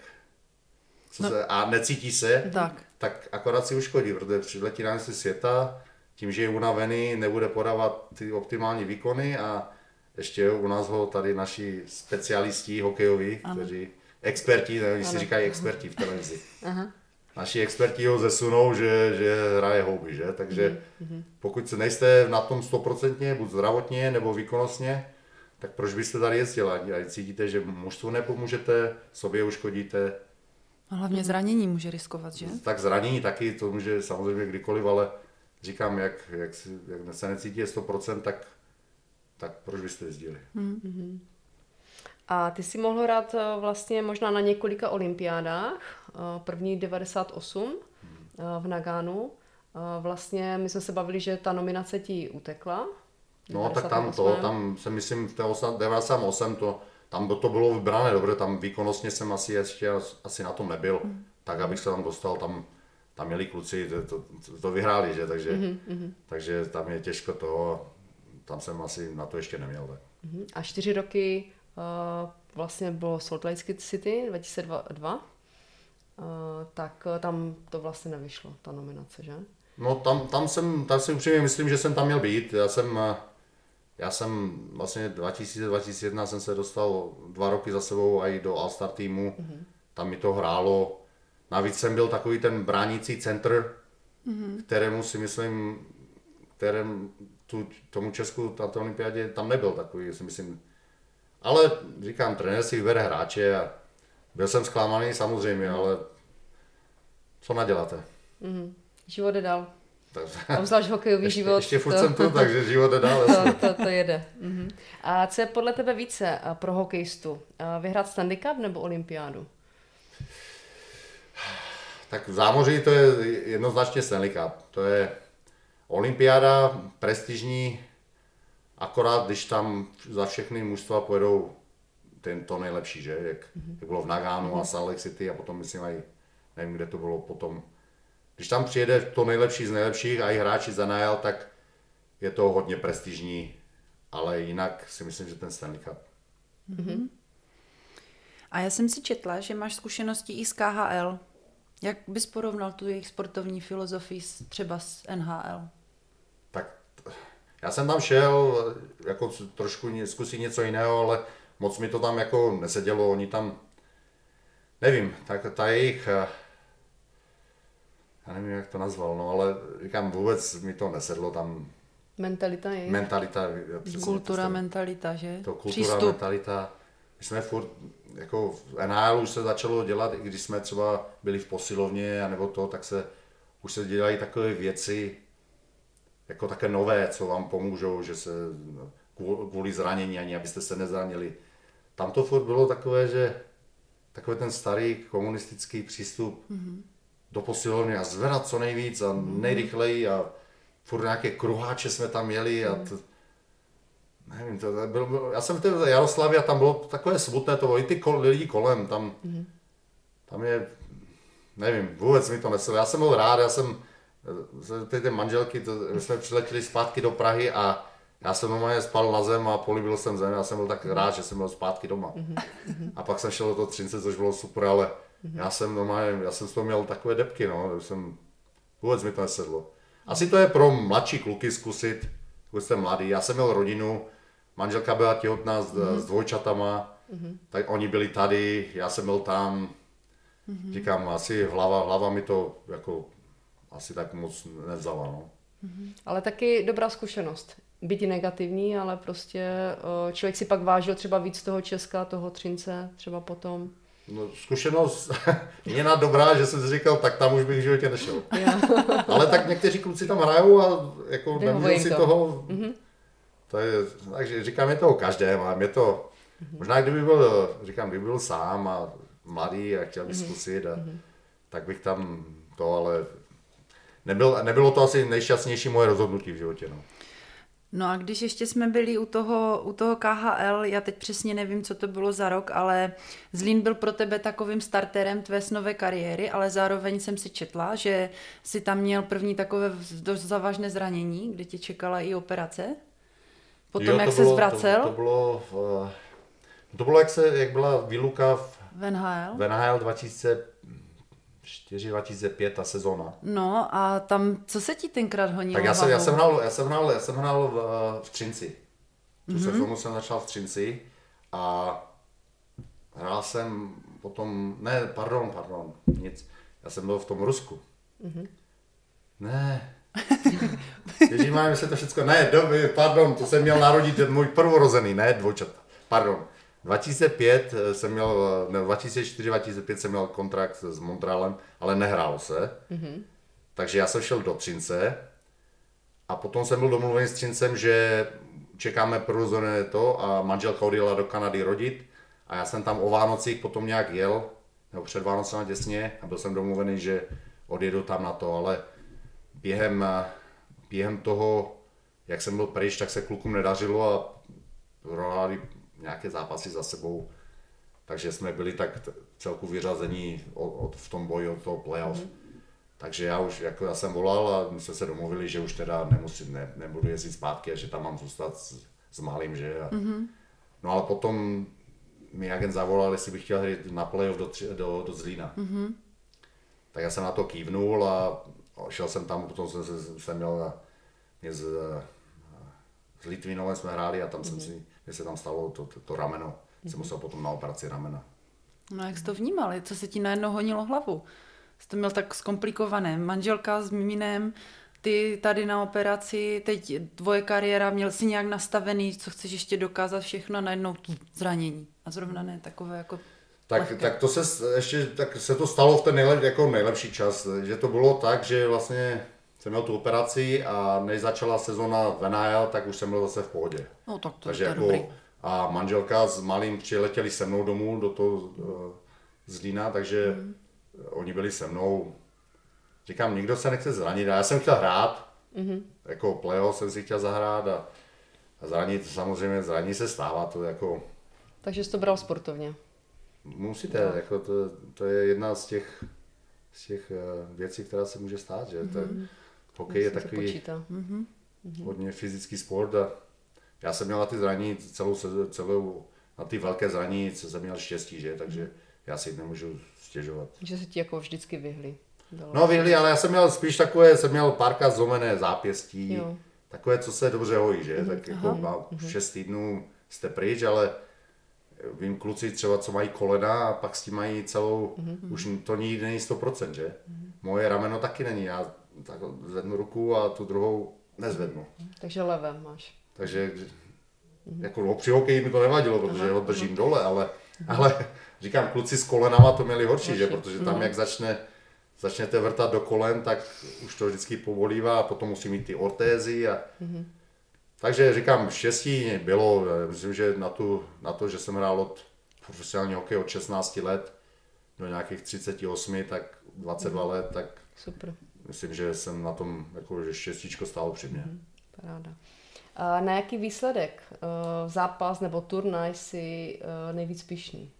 co no. se, a necítí se, tak. tak akorát si uškodí, protože přiletí na si světa, tím, že je unavený, nebude podávat ty optimální výkony a ještě u nás ho tady naši specialisti hokejoví, ano. kteří experti, oni si říkají experti v televizi. Aha. Naši experti ho zesunou, že, že hraje houby, že? Takže mm-hmm. pokud nejste na tom stoprocentně, buď zdravotně nebo výkonnostně, tak proč byste tady jezdili? A cítíte, že mužstvu nepomůžete, sobě uškodíte. A hlavně zranění může riskovat, že? Tak zranění taky, to může samozřejmě kdykoliv, ale říkám, jak, jak, jak se necítíte sto procent, tak, tak proč byste jezdili? Mm-hmm. A ty jsi mohl hrát vlastně možná na několika olympiádách. První devadesát osm v Nagánu. Vlastně my jsme se bavili, že ta nominace ti utekla. No tak tam to, tam se myslím v té devadesát osm to, tam to bylo vybrané dobře, tam výkonnostně jsem asi ještě asi na tom nebyl, mm. tak abych se tam dostal, tam, tam měli kluci, to, to, to vyhráli, že, takže, mm-hmm. takže tam je těžko toho, tam jsem asi na to ještě neměl. Tak. Mm-hmm. A čtyři roky uh, vlastně bylo Salt Lake City dva tisíce dva, uh, tak tam to vlastně nevyšlo, ta nominace, že? No tam, tam jsem, tam si upřímně myslím, že jsem tam měl být, já jsem, já jsem vlastně dva tisíce, dva tisíce jedna jsem se dostal dva roky za sebou i do All-Star týmu, mm-hmm. tam mi to hrálo, navíc jsem byl takový ten bránící centr, mm-hmm. kterému si myslím, kterém tu, tomu Česku na té olympiádě tam nebyl takový, si myslím, ale říkám, trenér si vybere hráče a byl jsem zklamaný samozřejmě, ale co naděláte? Mm-hmm. Život jde dál. Obzvlášť hokejový ještě, život. Ještě furt to, jsem tu, takže život jde dál. To, to, to jede. Uh-huh. A co je podle tebe více pro hokejistu? Vyhrát Stanley Cup nebo olympiádu? Tak v zámoří to je jednoznačně Stanley Cup. To je olympiáda, prestižní, akorát když tam za všechny mužstva pojedou ten, to nejlepší, že? Jak, uh-huh. jak bylo v Nagánu uh-huh. a Salt Lake City a potom myslím aj, nevím, kde to bylo potom. Když tam přijede to nejlepší z nejlepších a i hráči za N H L, tak je to hodně prestižní, ale jinak si myslím, že ten Stanley Cup. Mm-hmm. A já jsem si četla, že máš zkušenosti i z K H L. Jak bys porovnal tu jejich sportovní filozofii třeba s N H L? Tak já jsem tam šel jako trošku zkusit něco jiného, ale moc mi to tam jako nesedělo, oni tam, nevím, tak ta jejich... Já nevím, jak to nazval, no, ale říkám, vůbec mi to nesedlo tam. Mentalita je. Mentalita. Kultura, to, mentalita, že? To kultura, Přístup. mentalita. My jsme furt, jako v N H L už se začalo dělat, i když jsme třeba byli v posilovně, anebo to, tak se už se dělají takové věci, jako také nové, co vám pomůžou, že se kvůli zranění, ani abyste se nezranili. Tam to furt bylo takové, že takový ten starý komunistický přístup, mm-hmm. do posilovny a zvedat co nejvíc a nejrychleji a furt nějaké kruháče jsme tam měli a to, nevím, to bylo, bylo, já jsem v té Jaroslavě a tam bylo takové smutné to, i ty kol, lidi kolem, tam, mm. tam je, nevím, vůbec mi to nesedlo, já jsem byl rád, já jsem, ty, ty manželky, to, my jsme přiletěli zpátky do Prahy a já jsem normálně spal na zem a políbil jsem zem, já jsem byl tak rád, že jsem byl zpátky doma. Mm. A pak jsem šel do toho Třince, což bylo super, ale mm-hmm. já jsem normálně, já jsem z toho měl takové depky, no, jsem, vůbec mi to nesedlo. Asi to je pro mladší kluky zkusit, pokud jste mladý, já jsem měl rodinu, manželka byla těhotná s, mm-hmm. s dvojčatama, mm-hmm. tak oni byli tady, já jsem byl tam, mm-hmm. říkám, asi hlava, hlava mi to jako asi tak moc nevzala, no. Mm-hmm. Ale taky dobrá zkušenost. Byť negativní, ale prostě člověk si pak vážil třeba víc toho Česka, toho Třince, třeba potom. No, zkušenost je na dobrá, že jsem si říkal, tak tam už bych v životě nešel. Ale tak někteří kluci tam hrajou a jako nemůžu si to. toho... Mm-hmm. To je, takže říkám, je toho každé, mám, je to... Mm-hmm. Možná kdyby byl, říkám, kdyby byl sám a mladý a chtěl bych mm-hmm. zkusit, a, mm-hmm. tak bych tam to, ale nebyl, nebylo to asi nejšťastnější moje rozhodnutí v životě. No. No a když ještě jsme byli u toho, u toho K H L, já teď přesně nevím, co to bylo za rok, ale Zlín byl pro tebe takovým starterem tvé snové kariéry, ale zároveň jsem si četla, že si tam měl první takové dost závažné zranění, kde tě čekala i operace. Potom, jo, jak se zvracel. To, to, bylo, to bylo, jak, se, jak byla výluka v, v N H L. V N H L dva tisíce čtyři dva tisíce pět, ta sezóna. No a tam, co se ti tenkrát honilo? Tak já jsem, já jsem hrál, já jsem hrál, já jsem hrál v, v Třinci. Tu mm-hmm. sezónu jsem začal v Třinci a hrál jsem potom, ne, pardon, pardon, nic, já jsem byl v tom Rusku. Mm-hmm. Ne. Ježíš, máme se to všechno, ne, doby, pardon, to jsem měl narodit můj prvorozený, ne, dvojčat, pardon. dva tisíce pět jsem měl, ne, dva tisíce čtyři dva tisíce pět jsem měl kontrakt s Montrealem, ale nehrálo se. Mm-hmm. Takže já jsem šel do Třince a potom jsem byl domluvený s Třincem, že čekáme prvorozené to a manželka odjela do Kanady rodit a já jsem tam o Vánocích potom nějak jel, nebo před Vánocema těsně a byl jsem domluvený, že odjedu tam na to, ale během, během toho, jak jsem byl pryč, tak se klukům nedařilo a prohráli nějaké zápasy za sebou, takže jsme byli tak celku vyřazení od, od, v tom boji od toho playoff. Mm-hmm. Takže já už, jako já jsem volal a my jsme se domluvili, že už teda nemusím, ne, nebudu jezdit zpátky a že tam mám zůstat s, s malým, že? A, mm-hmm. No ale potom mi agent zavolal, jestli bych chtěl hrát na playoff do, do, do Zlína. Mm-hmm. Tak já jsem na to kývnul a šel jsem tam, potom jsem, jsem, jsem měl z, s Litvinovem jsme hráli a tam mm-hmm. jsem si, mě se tam stalo to, to, to rameno, mm-hmm. jsem musel potom na operaci ramena. No jak jsi to vnímal, co se ti najednou honilo hlavu? Jsi to měl tak zkomplikované, manželka s miminem, ty tady na operaci, teď tvoje kariéra, měl jsi nějak nastavený, co chceš ještě dokázat všechno a najednou tu zranění a zrovna ne takové jako tak, tak to se ještě, tak se to stalo v ten nejlep, jako nejlepší čas, že to bylo tak, že vlastně jsem měl tu operaci a než začala sezona v N H L, tak už jsem byl zase v pohodě. No tak to, Takže to jako, dobrý. A manželka s malým přiletěli se mnou domů do toho uh, Zlína, takže mm. oni byli se mnou. Říkám, nikdo se nechce zranit a já jsem chtěl hrát, mm-hmm. jako playoff jsem si chtěl zahrát a, a zranit, samozřejmě zraní se stává, to jako... Takže jsi to bral sportovně? Musíte, no. jako to, to je jedna z těch, z těch uh, věcí, která se může stát, že? Mm-hmm. To, hokej je takový mm-hmm. hodně fyzický sport a já jsem měl na ty zraní celou, celou na ty velké zraní, co jsem měl štěstí, že? Takže já si nemůžu stěžovat. Že se ti jako vždycky vyhli. Dole. No vyhli, ale já jsem měl spíš takové, jsem měl párkrát zlomené zápěstí, jo. takové, co se dobře hojí, že? Mm-hmm. Tak jako na šest týdnů jste pryč, ale vím kluci třeba, co mají kolena a pak s tím mají celou, mm-hmm. už to nikdy není sto procent, že? Mm-hmm. Moje rameno taky není, já tak zvednu ruku a tu druhou nezvednu. Takže levé máš. Takže mm-hmm. jako při hokeji mi to nevadilo, protože aha, ho držím aha. dole, ale, mm-hmm. ale říkám, kluci s kolenama to měli horší, horší. Že? Protože tam mm-hmm. jak začne, začnete vrtat do kolen, tak už to vždycky povolívá a potom musí mít ty ortézy a mm-hmm. takže říkám, štěstí bylo, myslím, že na, tu, na to, že jsem hrál od profesionálního hokeje od šestnácti let do nějakých třiceti osmi, tak dvacet dva mm. let, tak super. Myslím, že jsem na tom, jako, že štěstíčko stálo při mě. Mm, paráda. A na jaký výsledek, zápas nebo turnaj si nejvíc pyšný?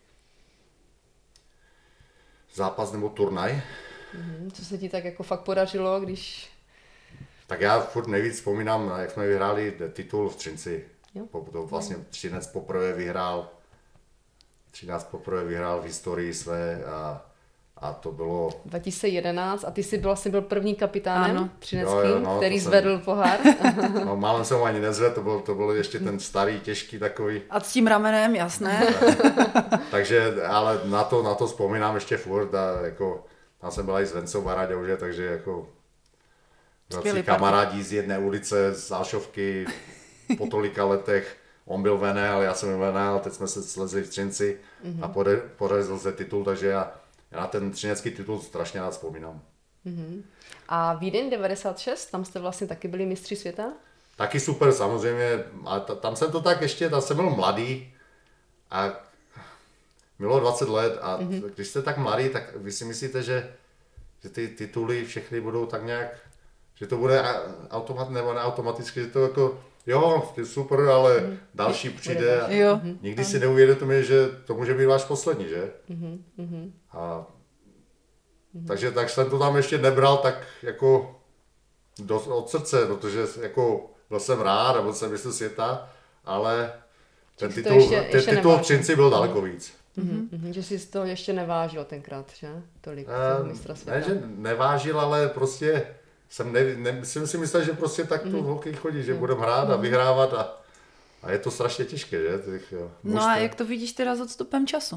Zápas nebo turnaj? Mm, co se ti tak jako fakt podařilo, když... Tak já furt nejvíc vzpomínám, jak jsme vyhráli titul v Třinci. Jo. To vlastně Třinec poprvé vyhrál, Třinec poprvé vyhrál v historii své a, a to bylo... dva tisíce jedenáct a ty jsi byl, vlastně byl první kapitánem třineckým, jo, jo, no, který jsem... zvedl pohár. No málem jsem ho ani nezvedl, to byl, to byl ještě ten starý, těžký takový. A s tím ramenem, jasné. Takže, ale na to, na to vzpomínám ještě furt a jako, tam jsem byl i s Vencou Baraďou, takže jako velcí kamarádi z jedné ulice, z Alšovky, po tolika letech. On byl vené, ale já jsem vené, ale teď jsme se slezli v Třinci mm-hmm. a pode, podařil se titul, takže já, já na ten třinecký titul strašně rád vzpomínám. Mm-hmm. A Vídeň devadesát šest, tam jste vlastně taky byli mistři světa? Taky super, samozřejmě, a ta, tam jsem to tak ještě, tam jsem byl mladý a bylo dvacet let a mm-hmm. když jste tak mladý, tak vy si myslíte, že, že ty tituly všechny budou tak nějak, že to bude automat nebo neautomaticky, že to jako, jo, ty super, ale mm-hmm. další přijde a jo. nikdy si neuvědomíte, že to může být váš poslední, že? Mm-hmm. A, mm-hmm. takže tak jsem to tam ještě nebral tak jako do, od srdce, protože jako byl jsem rád a byl jsem mistr světa, ale ten titul, ještě, ten ještě titul v Třinci byl daleko víc. Mm-hmm. Mm-hmm. Že jsi to ještě nevážil tenkrát, že? Tolik um, mistra světa. Ne, že nevážil, ale prostě jsem, ne, ne, jsem si myslel, že prostě tak to mm-hmm. v hokeji chodí, že mm-hmm. budeme hrát a vyhrávat a, a je to strašně těžké, že? Těch, jo, no a jak to vidíš teda s odstupem času?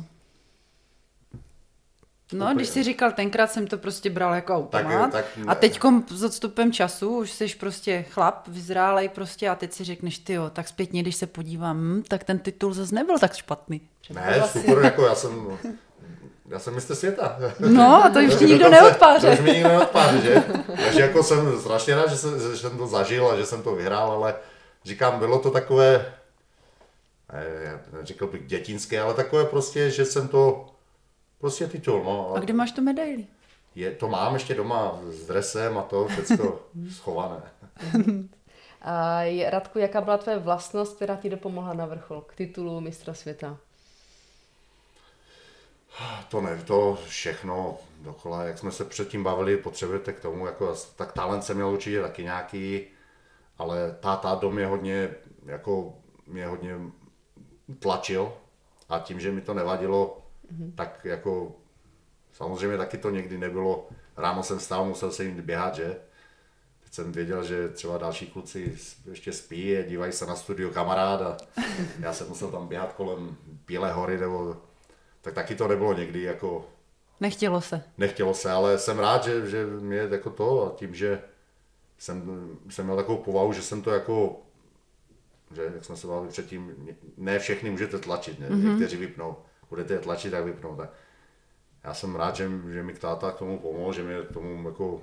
No, když jsi říkal, tenkrát jsem to prostě bral jako automat tak, tak, a teďkom s odstupem času už jsi prostě chlap, vyzrálej prostě a teď si řekneš, tyjo, tak zpětně, když se podívám, hm, tak ten titul zase nebyl tak špatný. Ne, super, jako já jsem, já jsem mistr světa. No a to ještě nikdo neodpáře. To už mi nikdo neodpáře, že? Takže jako jsem strašně rád, že jsem, že jsem to zažil a že jsem to vyhrál, ale říkám, bylo to takové, ne, neříkal bych dětinské, ale takové prostě, že jsem to prostě titul, no. A kde máš tu medaili? Je, to mám ještě doma s dresem a to všechno schované. A Radku, jaká byla tvoje vlastnost, která ti dopomohla na vrchol k titulu mistra světa? To ne, to všechno dokola, jak jsme se předtím bavili, potřebujete k tomu, jako, tak talent jsem měl určitě taky nějaký, ale táta do mě hodně, jako mě hodně tlačil a tím, že mi to nevadilo, mm-hmm. tak jako samozřejmě taky to někdy nebylo, ráno jsem vstal, musel se jim běhat, že? Teď jsem věděl, že třeba další kluci ještě spí a dívají se na studio kamarád a já jsem musel tam běhat kolem Bílé hory, nebo tak taky to nebylo někdy jako... Nechtělo se. Nechtělo se, ale jsem rád, že, že mě jako to a tím, že jsem, jsem měl takovou povahu, že jsem to jako, že jak jsme se bavili předtím, ne všechny můžete tlačit, ne? Mm-hmm. Někteří vypnou, budete je tlačit, tak vypnou. Tak já jsem rád, že, že mi táta k tomu pomohl, že mě k tomu jako...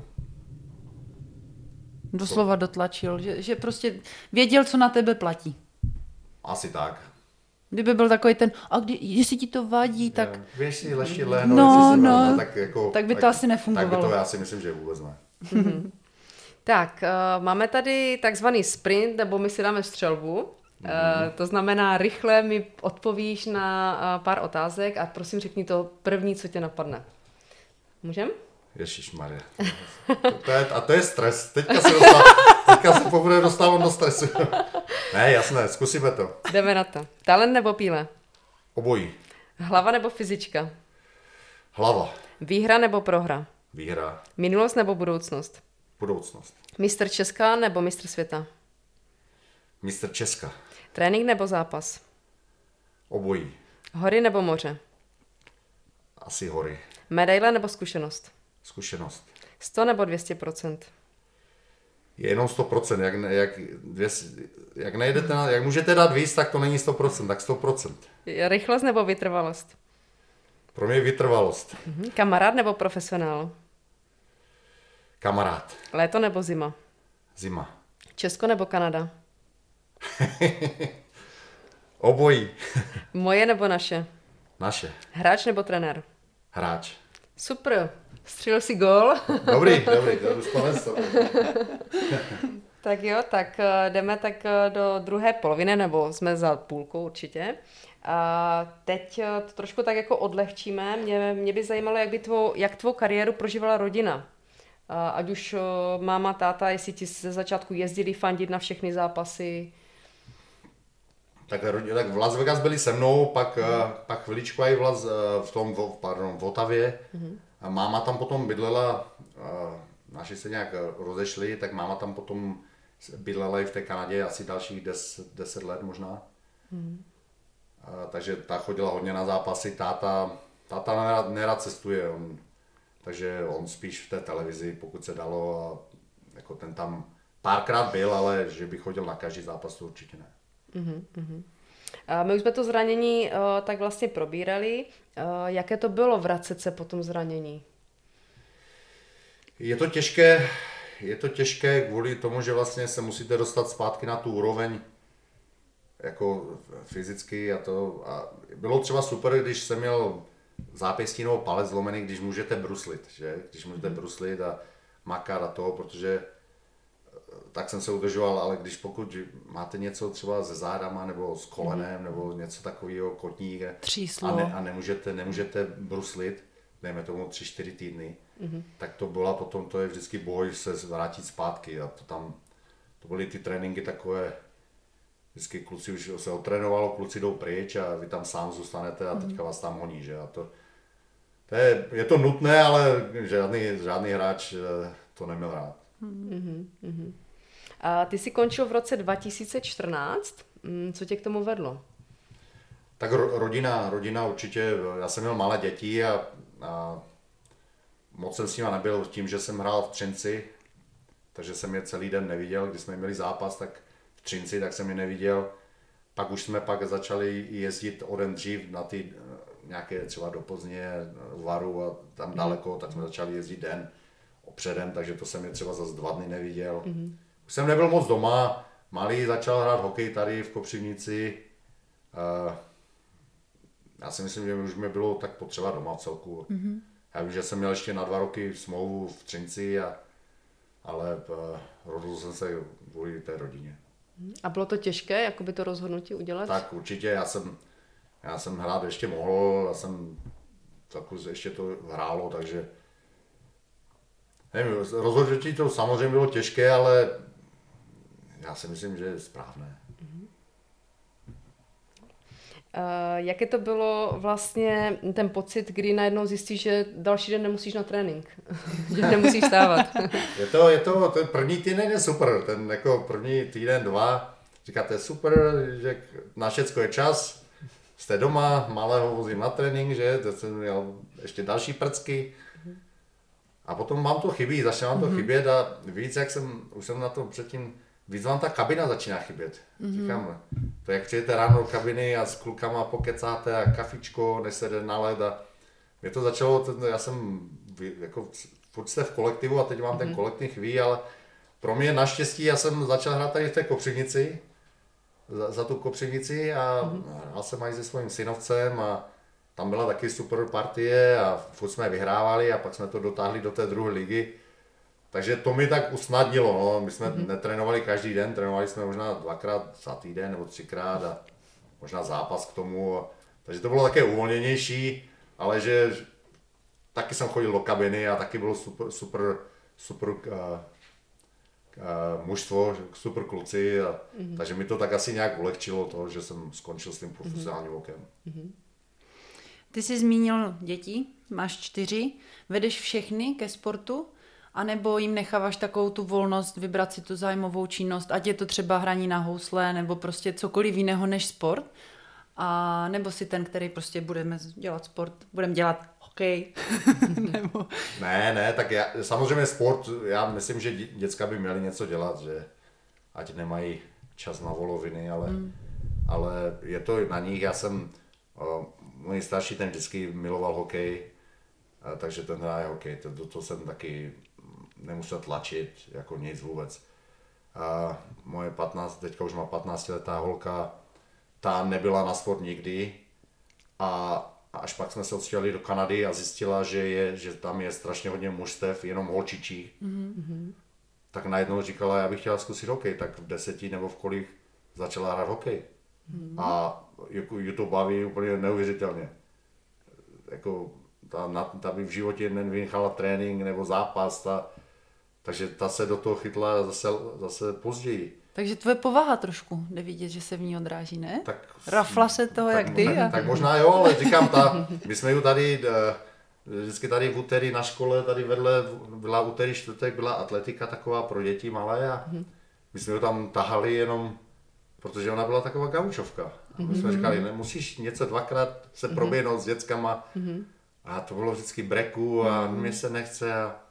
Doslova dotlačil, že, že prostě věděl, co na tebe platí. Asi tak. Kdyby byl takový ten, a kdy, jestli ti to vadí, tak... Víš si, leží lehnout, no, no, no, tak, jako, tak by to tak, asi nefungovalo. Tak by to já si myslím, že vůbec ne. Mm-hmm. Tak, uh, máme tady takzvaný sprint, nebo my si dáme střelbu. Mm-hmm. Uh, to znamená, rychle mi odpovíš na uh, pár otázek a prosím řekni to první, co tě napadne. Můžem? Ježišmarja. To, to je, a to je stres. Teďka se, dostal, teďka se poprvé dostávám do stresu. Ne, jasné, zkusíme to. Jdeme na to. Talent nebo píle? Obojí. Hlava nebo fyzička? Hlava. Výhra nebo prohra? Výhra. Minulost nebo budoucnost? Budoucnost. Mistr Česka nebo mistr světa? Mistr Česka. Trénink nebo zápas? Obojí. Hory nebo moře? Asi hory. Medaile nebo zkušenost? Zkušenost. sto nebo dvě stě procent? Je jenom sto procent. Jak, jak, jak, nejdete na, jak můžete dát víc, tak to není sto procent, tak sto procent. Rychlost nebo vytrvalost? Pro mě je vytrvalost. Mhm. Kamarád nebo profesionál? Kamarád. Léto nebo zima? Zima. Česko nebo Kanada? Obojí. Moje nebo naše? Naše. Hráč nebo trenér? Hráč. Super. Střelil si gól. Dobrý, dobrý, to už konec. Tak jo, tak jdeme tak do druhé poloviny, nebo jsme za půlkou určitě. A teď to trošku tak jako odlehčíme. Mě, mě by zajímalo, jak by tvou, jak tvou kariéru prožívala rodina. A ať už máma, táta, jestli ti ze začátku jezdili fandit na všechny zápasy. Tak, tak v Las Vegas byli se mnou, pak, mm. pak chviličku i v, Las, v tom, pardon, v Otavě. Mm. A máma tam potom bydlela, naši se nějak rozešli, tak máma tam potom bydlela i v té Kanadě asi dalších deset, deset let možná. Mm. A, takže ta chodila hodně na zápasy, táta, táta nerad, nerad cestuje, on, takže on spíš v té televizi, pokud se dalo. A jako ten tam párkrát byl, ale že bych chodil na každý zápas, to určitě ne. Uh-huh. A my už jsme to zranění uh, tak vlastně probírali. Uh, jaké to bylo vracet se po tom zranění? Je to těžké, je to těžké kvůli tomu, že vlastně se musíte dostat zpátky na tu úroveň jako fyzicky a to. A bylo třeba super, když jsem měl zápěstí nebo palec zlomený, když můžete bruslit, že? Když můžete bruslit a makat a to, protože tak jsem se udržoval, ale když pokud máte něco třeba se zádama nebo s kolenem mm. nebo něco takového, kotník a, ne, a nemůžete, nemůžete bruslit, dejme tomu tři čtyři týdny, mm. tak to byla potom, to je vždycky boj se vrátit zpátky a to tam, to byly ty tréninky takové, vždycky kluci už se otrénovalo, kluci jdou pryč a vy tam sám zůstanete a teďka vás tam honí, že a to, to je, je to nutné, ale žádný, žádný hráč to neměl rád. Mm-hmm, mm-hmm. A ty jsi končil v roce dva tisíce čtrnáct, co tě k tomu vedlo? Tak ro, rodina, rodina určitě, já jsem měl malé děti a, a moc jsem s nima nebyl tím, že jsem hrál v Třinci, takže jsem je celý den neviděl, když jsme měli zápas, tak v Třinci, tak jsem je neviděl. Pak už jsme pak začali jezdit o den dřív na ty nějaké třeba do Plzně, Varu a tam daleko, tak jsme začali jezdit den předem, takže to jsem je třeba zase dva dny neviděl. Mm-hmm. Už jsem nebyl moc doma, malý začal hrát hokej tady v Kopřivnici. Uh, já si myslím, že už mi bylo tak potřeba doma v celku. Mm-hmm. Já vím, že jsem měl ještě na dva roky smlouvu v Třinci, a, ale uh, rozhodl jsem se kvůli té rodině. A bylo to těžké, jakoby to rozhodnutí udělat? Tak určitě, já jsem, já jsem hrát ještě mohl, já jsem takový ještě to hrálo, takže nevím, rozhodnutí to samozřejmě bylo těžké, ale já si myslím, že je správné. Uh-huh. Uh, jaké to bylo vlastně ten pocit, kdy najednou zjistíš, že další den nemusíš na trénink, že nemusíš stávat? je to, je to, ten první týden je super, ten jako první týden, dva, říkáte super, že na všecko je čas, jste doma, malého vozím na trénink, že, to jsem měl ještě další prcky. A potom vám to chybí, začne vám to mm-hmm. chybět a víc, jak jsem, už jsem na to předtím, víc vám ta kabina začíná chybět. Mm-hmm. Říkám, to jak přijete ráno do kabiny a s klukama pokecáte a kafičko, než se jde na led a mě to začalo, ten, já jsem, jako, furt jste v kolektivu a teď vám mm-hmm. ten kolektiv chybí, ale pro mě naštěstí, já jsem začal hrát tady v té Kopřivnici, za, za tu Kopřivnici a mm-hmm. hrál jsem aj se svým synovcem a tam byla taky super partie a furt jsme vyhrávali a pak jsme to dotáhli do té druhé ligy. Takže to mi tak usnadnilo, no. My jsme mm-hmm. netrénovali každý den, trénovali jsme možná dvakrát za týden nebo třikrát a možná zápas k tomu. A, takže to bylo také uvolněnější, ale že taky jsem chodil do kabiny a taky bylo super, super, super uh, uh, mužstvo, super kluci. A, mm-hmm. Takže mi to tak asi nějak ulehčilo to, že jsem skončil s tím profesionálním vokem. Mm-hmm. Ty jsi zmínil děti, máš čtyři, vedeš všechny ke sportu, anebo jim necháváš takovou tu volnost vybrat si tu zájmovou činnost, ať je to třeba hraní na housle, nebo prostě cokoliv jiného než sport, a nebo si ten, který prostě budeme dělat sport, budeme dělat hokej, nebo... Ne, ne, tak já, samozřejmě sport, já myslím, že děcka by měly něco dělat, že ať nemají čas na voloviny, ale, mm. ale je to na nich, já jsem... O, můj starší ten vždycky miloval hokej, takže ten hraje hokej, to, to jsem taky nemusel tlačit, jako nic vůbec. A moje patnáct, teďka už má patnáctiletá holka, ta nebyla na sport nikdy a až pak jsme se odstěhli do Kanady a zjistila, že, je, že tam je strašně hodně mužstev, jenom holčičí. Mm-hmm. Tak najednou říkala, já bych chtěla zkusit hokej, tak v deseti nebo v kolik začala hrát hokej. Mm-hmm. A ju to baví úplně neuvěřitelně. Jako, ta, ta by v životě nevynechala trénink nebo zápas, ta, takže ta se do toho chytla zase, zase později. Takže tvoje povaha trošku jde vidět, že se v ní odráží, ne? Tak, Rafla se toho tak, jak ty? A... Tak možná jo, ale říkám, ta, my jsme ju tady, vždycky tady v úterý na škole, tady vedle byla úterý, čtvrtek, byla atletika taková pro děti malé a my jsme ju tam tahali jenom, protože ona byla taková gaučovka. A my jsme říkali, ne, musíš něco dvakrát se proběhnout s dětskama. A to bylo vždycky breku a mě se nechce. A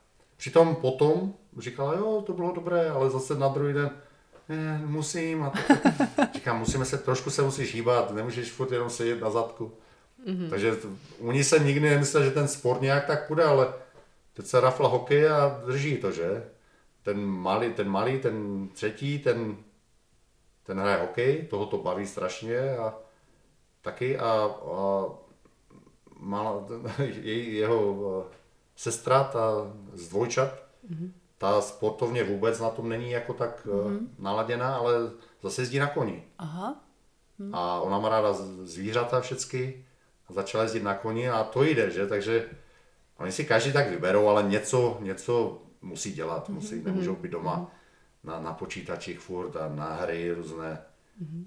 přitom potom říkala, jo, to bylo dobré, ale zase na druhý den, ne, musím. A to, říkám, musíme se, trošku se musíš hýbat, nemůžeš furt jenom sedět na zadku. Mm-hmm. Takže u ní se nikdy nemyslel, že ten sport nějak tak půjde, ale teď se rafla hokej a drží to, že? Ten malý, ten malý, ten třetí, ten, ten hraje hokej, toho to baví strašně a taky a, a má, jej, jeho sestra, ta z dvojčat, mm-hmm. ta sportovně vůbec na tom není jako tak mm-hmm. naladěná, ale zase jezdí na koni. Aha. Hm. A ona má ráda zvířata všechny a začala jezdit na koni a to jde, že? Takže oni si každý tak vyberou, ale něco, něco musí dělat, mm-hmm. musí, nemůžou být doma mm-hmm. na, na počítačích furt a na hry různé. Mm-hmm.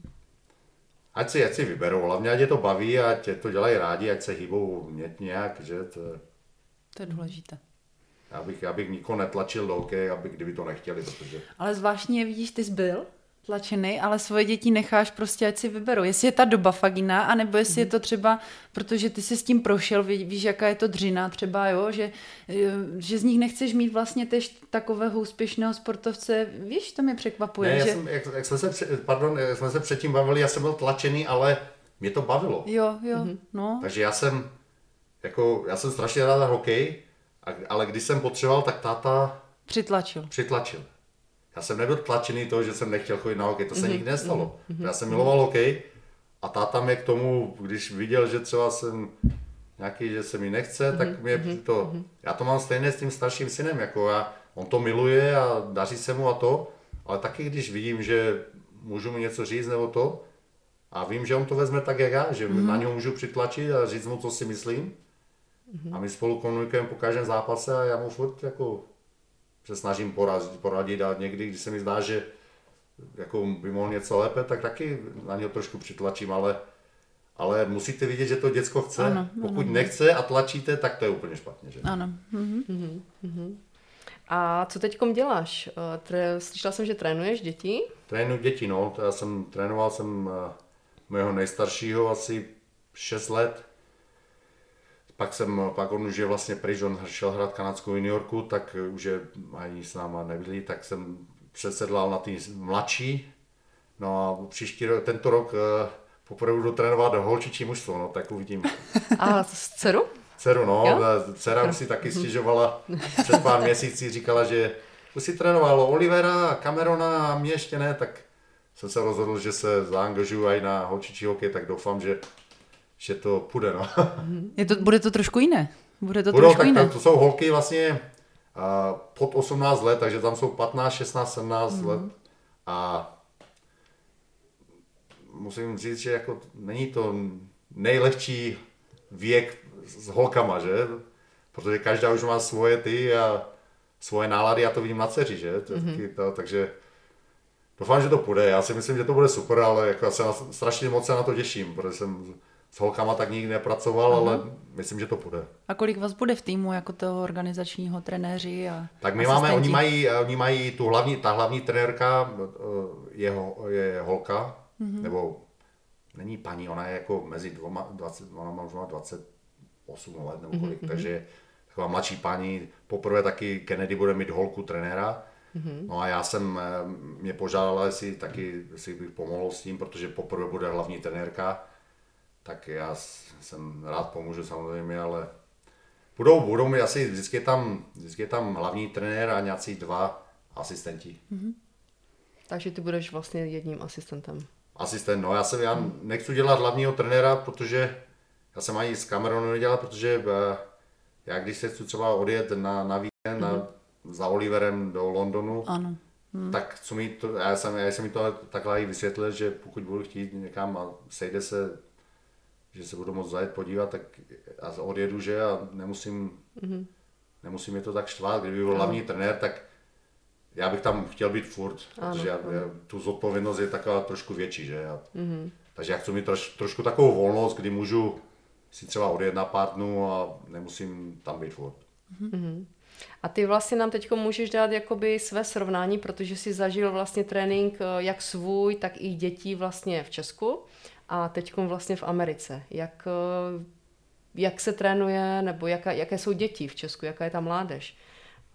Ať si, ať si vyberou, hlavně ať je to baví, ať to dělají rádi, ať se hýbou nějak, že? To, to je důležité. Já bych, já bych nikoho netlačil do hokeje, aby, kdyby to nechtěli, protože... Ale zvláštně je, vidíš, ty jsi byl tlačený, ale svoje děti necháš prostě, ať si vyberou. Jestli je ta doba fakt jiná, anebo jestli mm. je to třeba, protože ty jsi s tím prošel, ví, víš, jaká je to dřina třeba, jo, že, že z nich nechceš mít vlastně tež takového úspěšného sportovce, víš, to mě překvapuje. Ne, že... já jsem, jak, jak jsme se, pardon, jak jsme se předtím bavili, já jsem byl tlačený, ale mě to bavilo. Jo, jo, mm. no. Takže já jsem, jako, já jsem strašně rád hokej, ale když jsem potřeboval, tak táta přitlačil. přitlačil. Já jsem nebyl tlačený toho, že jsem nechtěl chodit na hokej, to se mm-hmm. nikdy nestalo. Mm-hmm. Já jsem miloval hokej a táta mě k tomu, když viděl, že třeba jsem nějaký, že se mi nechce, mm-hmm. tak mě mm-hmm. to, já to mám stejné s tím starším synem, jako já, on to miluje a daří se mu a to, ale taky když vidím, že můžu mu něco říct nebo to a vím, že on to vezme tak jak já, že mm-hmm. na něho můžu přitlačit a říct mu, co si myslím. Mm-hmm. A my spolu komunikujeme po každém zápase a já mu furt jako se snažím poradit, poradit a někdy, když se mi zdá, že jako by mohl něco lépe, tak taky na něho trošku přitlačím, ale, ale musíte vidět, že to děcko chce. Ano, Pokud ano. nechce a tlačíte, tak to je úplně špatně. Že? Ano. Mhm. Mhm, mhm. A co teďkom děláš? Tre, slyšela jsem, že trénuješ děti? Trénuji děti, no. To já jsem trénoval jsem mého nejstaršího asi šest let. Pak jsem, pak on už je vlastně pryč, on šel hrát kanadskou juniorku, tak už je ani s náma nebyli, tak jsem přesedlal na ty mladší. No a příští rok, tento rok poprvé budu trénovat holčičí mužstvo, no tak uvidím. A s dceru? Dceru, no, Jo? dcera už si taky stěžovala, před pár měsíci říkala, že už si trénovalo Olivera a Camerona a mě ještě ne, tak jsem se rozhodl, že se zaangažuju i na holčičí hokej, tak doufám, že že to půjde, no. Je to, bude to trošku jiné. Bude to Budou, trošku tak jiné. to, to jsou holky vlastně uh, pod osmnáct let, takže tam jsou patnáct, šestnáct, sedmnáct mm. let a musím říct, že jako není to nejlehčí věk s holkama, že? Protože každá už má svoje ty a svoje nálady, já to vidím na dceři, že? Mm-hmm. To, takže doufám, že to půjde. Já si myslím, že to bude super, ale jako já se na, strašně moc se na to těším, protože jsem s holkama tak nikdy nepracoval, uh-huh. ale myslím, že to půjde. A kolik vás bude v týmu jako toho organizačního trenéři a tak my asistenti? máme, oni mají, oni mají tu hlavní, ta hlavní trenérka je, je holka, uh-huh. nebo není paní, ona je jako mezi dvoma, dvacet, ona má už má dvacet osm let nebo kolik, uh-huh. takže taková mladší paní, poprvé taky Kennedy bude mít holku trenéra. Mm-hmm. No a já jsem, mě požádala, jestli taky jestli bych pomohl s tím, protože poprvé bude hlavní trenérka, tak já jsem rád pomůžu samozřejmě, ale budou, budou mi asi, vždycky je tam, vždycky je tam hlavní trenér a nějací dva asistenti. Mm-hmm. Takže ty budeš vlastně jedním asistentem. Asistent, no já jsem, já mm. nechci dělat hlavního trenéra, protože já jsem ani s Cameronem nedělal, protože já když se chci třeba odjet na, na víkend, mm-hmm. na za Oliverem do Londonu, ano. Hmm. tak co mi to, já jsem, já jsem mi to takhle i vysvětlil, že pokud budu chtít někam a sejde se, že se budu moct zajet podívat, tak já odjedu, že a nemusím, mm-hmm. nemusím mě to tak štvát, kdyby byl hlavní trenér, tak já bych tam chtěl být furt, ano, protože já, já, tu zodpovědnost je taková trošku větší, že a, mm-hmm. takže já chci mít troš, trošku takovou volnost, kdy můžu si třeba odjet na pár dnů a nemusím tam být furt. Mm-hmm. A ty vlastně nám teď můžeš dát jakoby své srovnání, protože jsi zažil vlastně trénink jak svůj, tak i dětí vlastně v Česku a teď vlastně v Americe. Jak, jak se trénuje, nebo jaká, jaké jsou děti v Česku, jaká je ta mládež?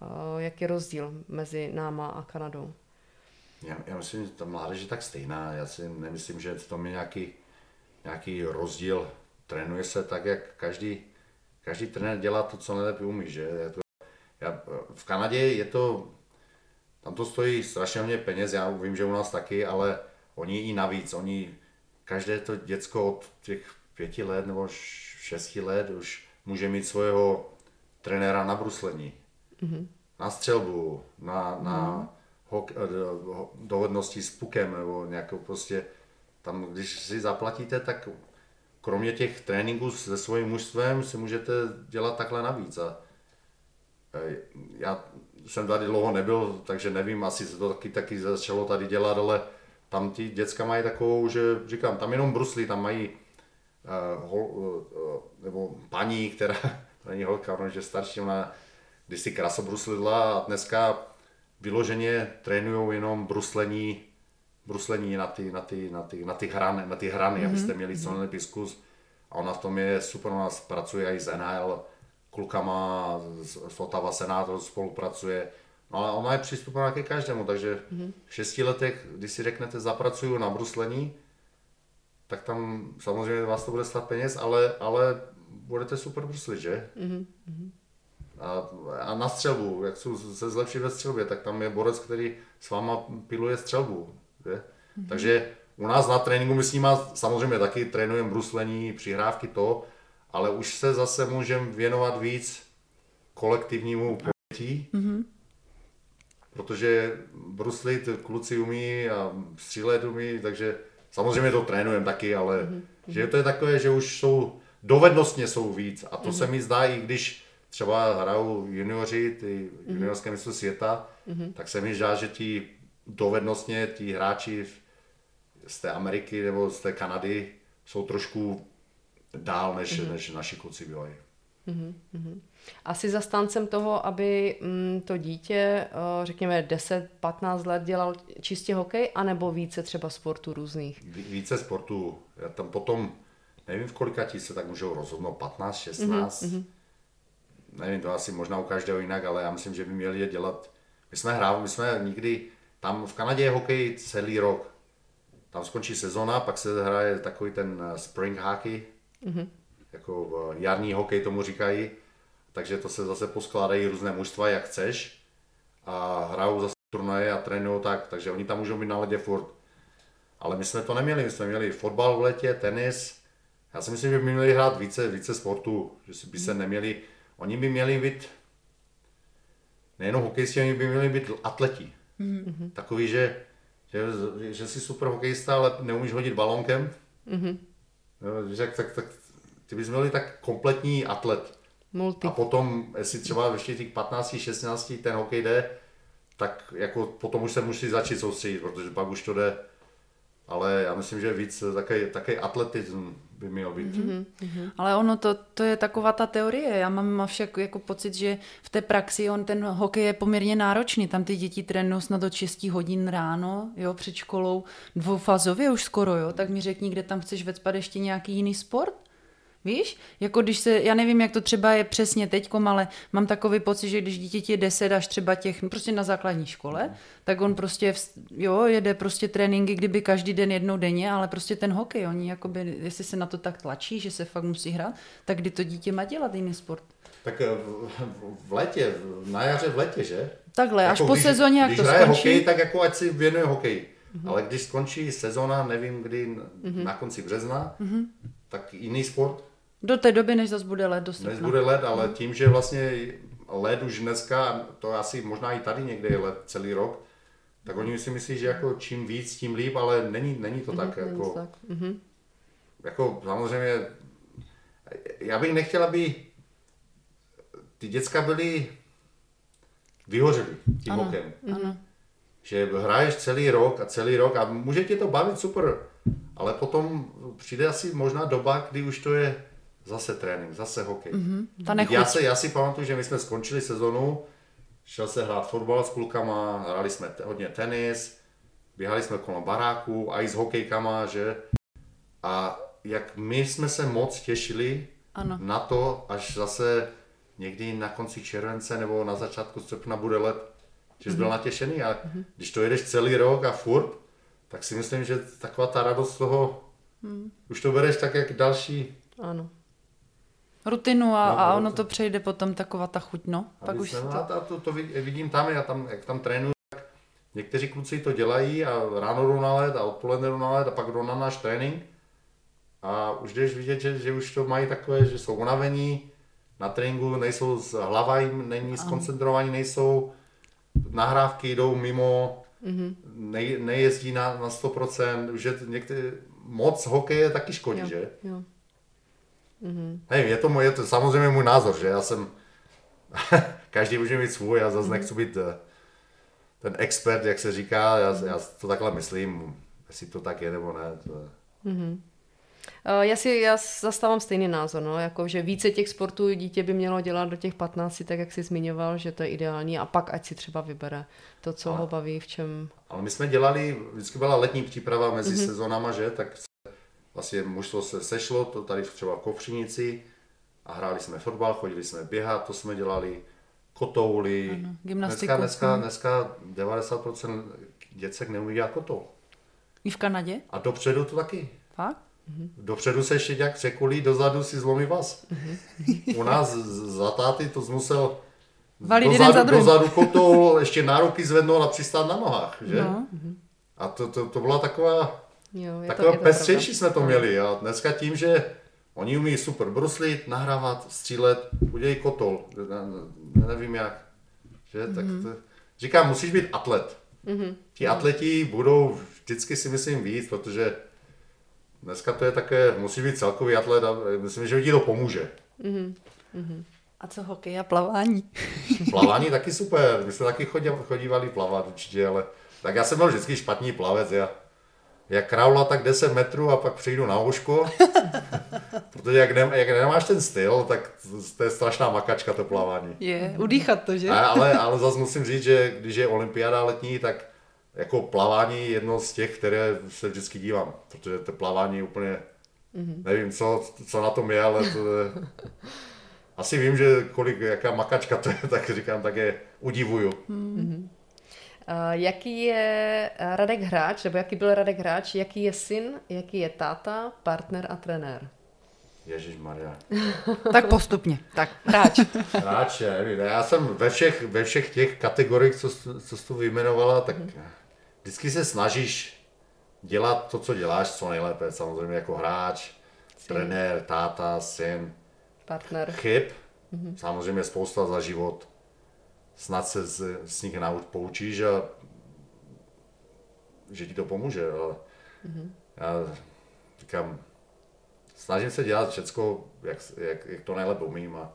jaký je rozdíl mezi náma a Kanadou? Já, já myslím, že ta mládež je tak stejná. Já si nemyslím, že v tom je nějaký, nějaký rozdíl. Trénuje se tak, jak každý, každý trenér dělá to, co nejlépe umí. Že? To, já, v Kanadě je to, tam to stojí strašně hodně peněz, já vím, že u nás taky, ale oni i navíc. Oni, každé to děcko od těch pěti let nebo šesti let už může mít svého trenéra na bruslení, mm-hmm. na střelbu, na, na mm. hok, dovednosti s pukem nebo nějakou prostě, tam když si zaplatíte, tak kromě těch tréninků se svým mužstvem si můžete dělat takhle navíc. A já jsem tady dlouho nebyl, takže nevím, asi se to taky, taky začalo tady dělat, ale tam ti děcka mají takovou, že říkám, tam jenom bruslí, tam mají uh, hol, uh, nebo paní, která, to není holka, ona je starší, ona když si krasobruslidla a dneska vyloženě trénujou jenom bruslení, bruslení na ty, na ty, na ty, na ty hrany, na ty hrany, mm-hmm. abyste měli co nejlepší zkus. A ona v tom je super, ona pracuje i s N H L klukama, s Ottawa Senátor spolupracuje. No ale ona je přístupná ke každému, takže mm-hmm. v šesti letech, když si řeknete zapracuju na bruslení, tak tam samozřejmě vás to bude stát peněz, ale, ale budete super bruslit, že? Mm-hmm. A, a na střelbu, jak se zlepší ve střelbě, tak tam je borec, který s váma piluje střelbu, že? Mm-hmm. Takže u nás na tréninku my s nima samozřejmě taky trénujeme bruslení, přihrávky to, ale už se zase můžeme věnovat víc kolektivnímu pojetí, mm-hmm. protože bruslit kluci umí a střílet umí, takže samozřejmě to trénujeme taky, ale mm-hmm. že to je takové, že už jsou, dovednostně jsou víc a to mm-hmm. se mi zdá, i když třeba hrajou junioři, ty mm-hmm. juniorské mistrovství světa, mm-hmm. tak se mi zdá, že ti dovednostně, ti hráči z té Ameriky nebo z té Kanady jsou trošku dál, než, mm-hmm. než naši kluci byli. Mm-hmm. A jsi zastáncem toho, aby mm, to dítě, řekněme deset patnáct let dělal čistě hokej, anebo více třeba sportů různých? Více sportů. Já tam potom, nevím v kolika ti se tak můžou rozhodnout, patnáct šestnáct Mm-hmm. Nevím, to asi možná u každého jinak, ale já myslím, že by měli je dělat. My jsme hráli, my jsme nikdy, tam v Kanadě je hokej celý rok. Tam skončí sezona, pak se hraje takový ten spring hockey, mm-hmm. jako jarní hokej tomu říkají, takže to se zase poskládají různé mužstva, jak chceš a hrajou zase turnaje a trénují tak, takže oni tam můžou být na ledě furt. Ale my jsme to neměli, my jsme měli fotbal v létě, tenis, já si myslím, že by měli hrát více, více sportů, že by se neměli, oni by měli být, nejenom hokejisti, oni by měli být atleti, mm-hmm. takový, že Že, že jsi super hokejista, ale neumíš hodit balónkem, mm-hmm. no, tak, tak, tak ty bys měli tak kompletní atlet. Multi. A potom, jestli třeba ještě těch patnáct šestnáct ten hokej jde, tak jako potom už se musí začít soustředit, protože pak už to jde. Ale já myslím, že víc takový atletism by měl být. Mm-hmm. Ale ono to, to je taková ta teorie. Já mám však jako pocit, že v té praxi on ten hokej je poměrně náročný. Tam ty děti trénují snad do šest hodin ráno, jo, před školou, dvoufázově už skoro, jo. Tak mi řekni, kde tam chceš vecpat ještě nějaký jiný sport? Víš? Jako když se, já nevím, jak to třeba je přesně teďkom, ale mám takový pocit, že když dítěti je deset až třeba těch, no prostě na základní škole, mm. tak on prostě, jo, jede prostě tréninky, kdyby každý den jednou denně, ale prostě ten hokej, oni jakoby, jestli se na to tak tlačí, že se fakt musí hrát, tak kdy to dítě má dělat jiný sport? Tak v, v létě, na jaře v létě, že? Takhle, jako až po když, sezóně, jak když to hraje skončí. hokej, tak jako ať si věnuje hokej. Mm-hmm. Ale když skončí sezóna, nevím kdy, mm-hmm. na konci března, mm-hmm. tak jiný sport. Do té doby, než zase bude led dostupná. Než bude led, ale tím, že vlastně led už dneska, to asi možná i tady někde je led celý rok, tak oni si myslí, že jako čím víc, tím líp, ale není, není to mm-hmm, tak. Jako, tak. Mm-hmm. jako samozřejmě, já bych nechtěl, aby ty děcka byly vyhořely tím ano, hokejem. Ano. Že hraješ celý rok a celý rok a může tě to bavit super, ale potom přijde asi možná doba, kdy už to je zase trénink, zase hokej. Mm-hmm, já, se, já si pamatuju, že my jsme skončili sezonu, šel se hrát fotbal s klukama, hráli jsme te, hodně tenis, běhali jsme kolem baráku a i s hokejkama, že? A jak my jsme se moc těšili ano. na to, až zase někdy na konci července nebo na začátku srpna bude let, že jsi byl natěšený a když to jedeš celý rok a furt, tak si myslím, že taková ta radost z toho, hmm. už to bereš tak jak další. Ano. Rutinu a, No, a bylo ono to- to přejde potom taková ta chuť, no. Pak už to... to... A to, to vidím tam, já tam, jak tam trénuju, tak někteří kluci to dělají a ráno jdou na led a odpoledne jdou na led a pak jdou na náš trénink a už jdeš vidět, že, že už to mají takové, že jsou unavení, na tréninku nejsou, z hlava jim není skoncentrovaní, nejsou, nahrávky jdou mimo, mm-hmm. nej, nejezdí na, na sto procent, že některý, moc hokeje taky škodí, Jo, že? jo. Mhm. Nevím, je to, můj, je to samozřejmě můj názor, že já jsem, každý může mít svůj, já zase nechci být eh, ten expert, jak se říká, já, já to takhle myslím, jestli to tak je nebo ne. To... Eh, Já si já zastávám stejný názor, no, jako, že více těch sportů dítě by mělo dělat do těch patnácti, tak jak jsi zmiňoval, že to je ideální a pak ať si třeba vybere to, co Ale- ho baví, v čem... Ale my jsme dělali, vždycky byla letní příprava mezi mm-hmm. sezónama, že, tak se, vlastně mužstvo se sešlo, to tady třeba v Kopřivnici a hráli jsme fotbal, chodili jsme běhat, to jsme dělali, kotouly. Ano, gymnastiku. Dneska, dneska, Mhm. dneska devadesát procent děcek neumí dělat kotoul. I v Kanadě? A dopředu to taky. Fakt? Dopředu se ještě jak překulí, dozadu si zlomí vás. U nás z- za táty to jsi musel Valit jeden za druhým. dozadu kotoul, ještě náruky zvednout a přistát na nohách, že? No. A to, to, to byla taková, Jo, je takové to, je to pestřejší pravda. jsme to měli. A dneska tím, že oni umí super bruslit, nahrávat, střílet, udělej kotoul. Ne, nevím jak. Že? Tak to, říkám, musíš být atlet. Ti atleti budou vždycky si myslím víc, protože dneska to je také, musí být celkový atlet a myslím, že ti to pomůže. A co hokej a plavání? Plavání taky super, my jsme taky chodě- chodívali plavat určitě, ale tak já jsem byl vždycky špatný plavec, já, jak kraula tak deset metrů a pak přijdu na ouško, protože jak, ne, jak nemáš ten styl, tak to je strašná makačka to plavání. Je, udýchat to, že? A, ale, ale zase musím říct, že když je olympiáda letní, tak jako plavání je jedno z těch, které se vždycky dívám, protože to plavání je úplně, nevím, co, co na tom je, ale to je, asi vím, že kolik, jaká makačka to je, tak říkám, tak je udivuju. Uh, jaký je Radek hráč, nebo jaký byl Radek hráč, jaký je syn, jaký je táta, partner a trenér? Ježišmarja. Tak postupně. Tak. Hráč. Hráč, nevím, já jsem ve všech, ve všech těch kategoriích, co, jsi- co jsi tu vyjmenovala, tak vždycky se snažíš dělat to, co děláš, co nejlépe. Samozřejmě jako hráč, trenér, táta, syn, Partner. chyb, samozřejmě spousta za život. Snad se z, z nich nauč, poučíš a že ti to pomůže. Ale já říkám, snažím se dělat všecko, jak, jak, jak to nejlépe umím a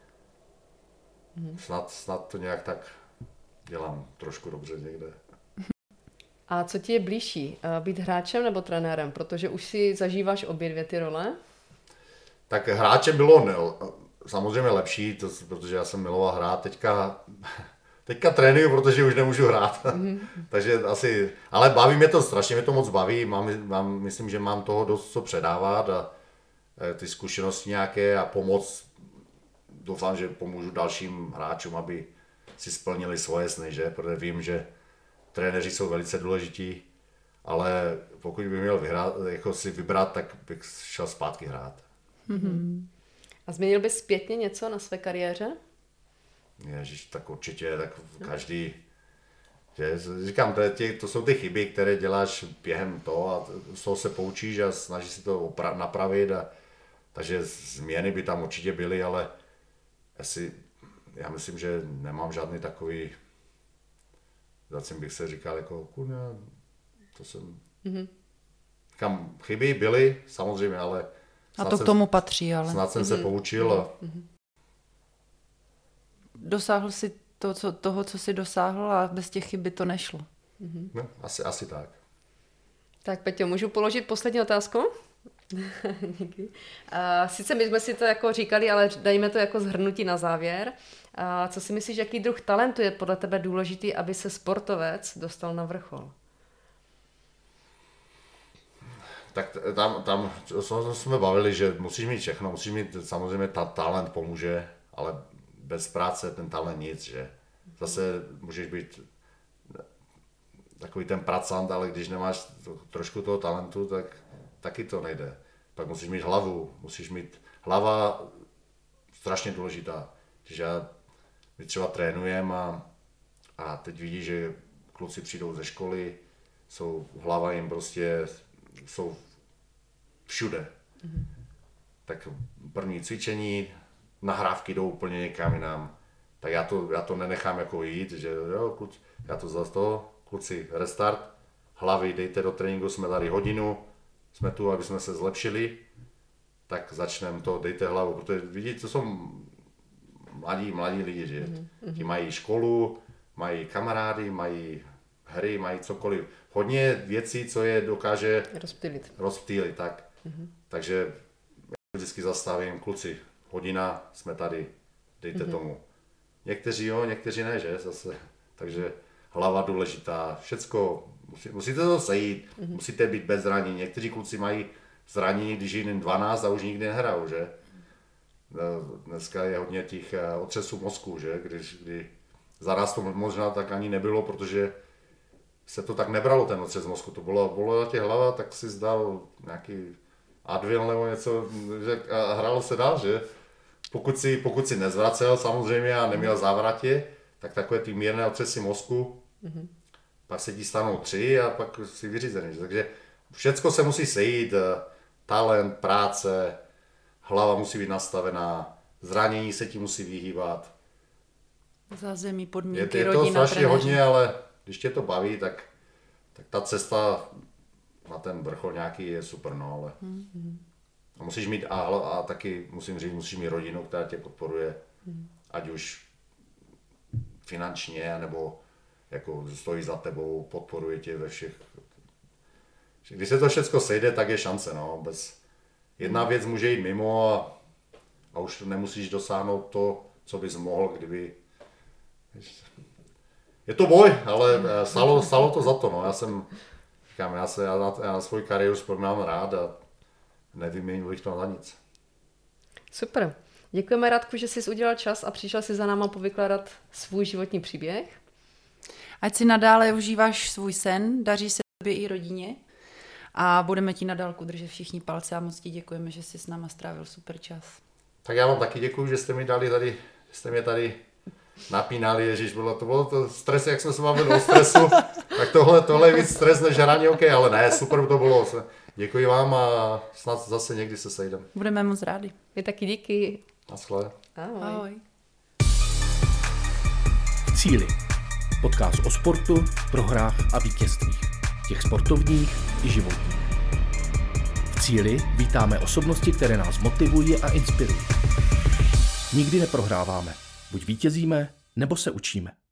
snad, snad to nějak tak dělám trošku dobře někde. A co ti je blížší, uh, být hráčem nebo trenérem? Protože už si zažíváš obě dvě ty role. Tak hráčem bylo ne, samozřejmě lepší, to, protože já jsem miloval hrát, teďka, teďka trénuju, protože už nemůžu hrát, takže asi, ale baví mě to, strašně mě to moc baví, mám, mám, myslím, že mám toho dost co předávat a e, ty zkušenosti nějaké a pomoc, doufám, že pomůžu dalším hráčům, aby si splnili svoje sny, že? Protože vím, že trenéři jsou velice důležití, ale pokud bych měl vyhrát, jako si vybrat, tak bych šel zpátky hrát. A změnil bys zpětně něco na své kariéře? Ježiš, tak určitě, tak každý, že, říkám, to, je tě, to jsou ty chyby, které děláš během toho a z toho se poučíš a snažíš si to opra- napravit, a, takže změny by tam určitě byly, ale asi, já myslím, že nemám žádný takový, zatím bych se říkal, jako, kurňa, to jsem, mm-hmm. říkám, chyby byly, samozřejmě, ale A snad to k jsem- tomu patří, ale snad jsem se poučil a dosáhl si to, co, toho, co si dosáhl a bez těch chyb by to nešlo. no, asi, asi tak. Tak Peťo, můžu položit poslední otázku? Díky. A sice my jsme si to jako říkali, ale dejme to jako zhrnutí na závěr. A co si myslíš, jaký druh talentu je podle tebe důležitý, aby se sportovec dostal na vrchol? Tak t- tam, tam co jsme bavili, že musíš mít všechno, musíš mít, samozřejmě ta talent pomůže, ale bez práce ten talent nic, že? Zase můžeš být takový ten pracant, ale když nemáš to, trošku toho talentu, tak taky to nejde. Pak musíš mít hlavu, musíš mít hlava strašně důležitá. Když já my třeba trénujeme a, a teď vidíš, že kluci přijdou ze školy, jsou hlava jim prostě, jsou všude. Mm-hmm. Tak první cvičení, nahrávky jdou úplně někam jinam. Tak já to, já to nenechám jako jít, že jo, kluci, já to za to, kluci, restart, hlavy, dejte do tréninku, jsme tady hodinu, jsme tu, aby jsme se zlepšili, tak začneme to, dejte hlavu, protože vidíte, to jsou mladí, mladí lidi, že mm-hmm. ti mají školu, mají kamarády, mají hry, mají cokoliv. Hodně věcí, co je dokáže rozptýlit. rozptýlit tak. Mm-hmm. Takže já vždycky zastavím, kluci, hodina, jsme tady, dejte mm-hmm. tomu. Někteří jo, někteří ne, že zase. Takže hlava důležitá, všecko, musí, musíte to sejít, mm-hmm. musíte být bez zranění. Někteří kluci mají zranění, když jim dvanáct a už nikdy nehrajou, že? Dneska je hodně těch otřesů mozku, že? Když, kdy za nás to možná tak ani nebylo, protože se to tak nebralo, ten otřes mozku. To bylo, bylo tě hlava, tak si zdal nějaký Advil nebo něco, že, a hrálo se dál, že? Pokud si, pokud si nezvracel samozřejmě a neměl závratě, tak takové ty mírné otřesy mozku, mm-hmm. pak se ti stanou tři a pak si vyřízený. Takže všecko se musí sejít, talent, práce, hlava musí být nastavená, zranění se ti musí vyhýbat. Zázemí, podmínky, je, je rodina, to strašně trenéři. hodně, ale když tě to baví, tak, tak ta cesta na ten vrchol nějaký je super, no, ale mm-hmm. a musíš mít, a, a taky musím říct, musíš mít rodinu, která tě podporuje, mm-hmm. ať už finančně, nebo jako stojí za tebou, podporuje tě ve všech. Když se to všechno sejde, tak je šance, no, bez jedna věc může jít mimo a, a už nemusíš dosáhnout to, co bys mohl, kdyby. Je to boj, ale stalo, stalo to za to, no, já jsem, říkám, já, se, já, na, já na svou kariéru vzpomínám rád a nevyměnil bych to za nic. Super. Děkujeme, Radku, že jsi udělal čas a přišel si za náma povykládat svůj životní příběh. Ať si nadále užíváš svůj sen, daří se tobě i rodině a budeme ti na dálku držet všichni palce a moc ti děkujeme, že jsi s náma strávil super čas. Tak já vám taky děkuju, že jste mi dali tady, že jste mě tady napínali, ježiš, bylo to, bylo to stres, jak jsme se bavili o stresu, tak tohle, tohle je víc stres než hraní hokej, ale ne, super to bylo. Děkuji vám a snad zase někdy se sejdeme. Budeme moc rádi. My taky díky. Naschle. Ahoj. Ahoj. V cíli. Podcast o sportu, prohrách a vítězstvích. Těch sportovních i životních. V cíli vítáme osobnosti, které nás motivují a inspirují. Nikdy neprohráváme. Buď vítězíme, nebo se učíme.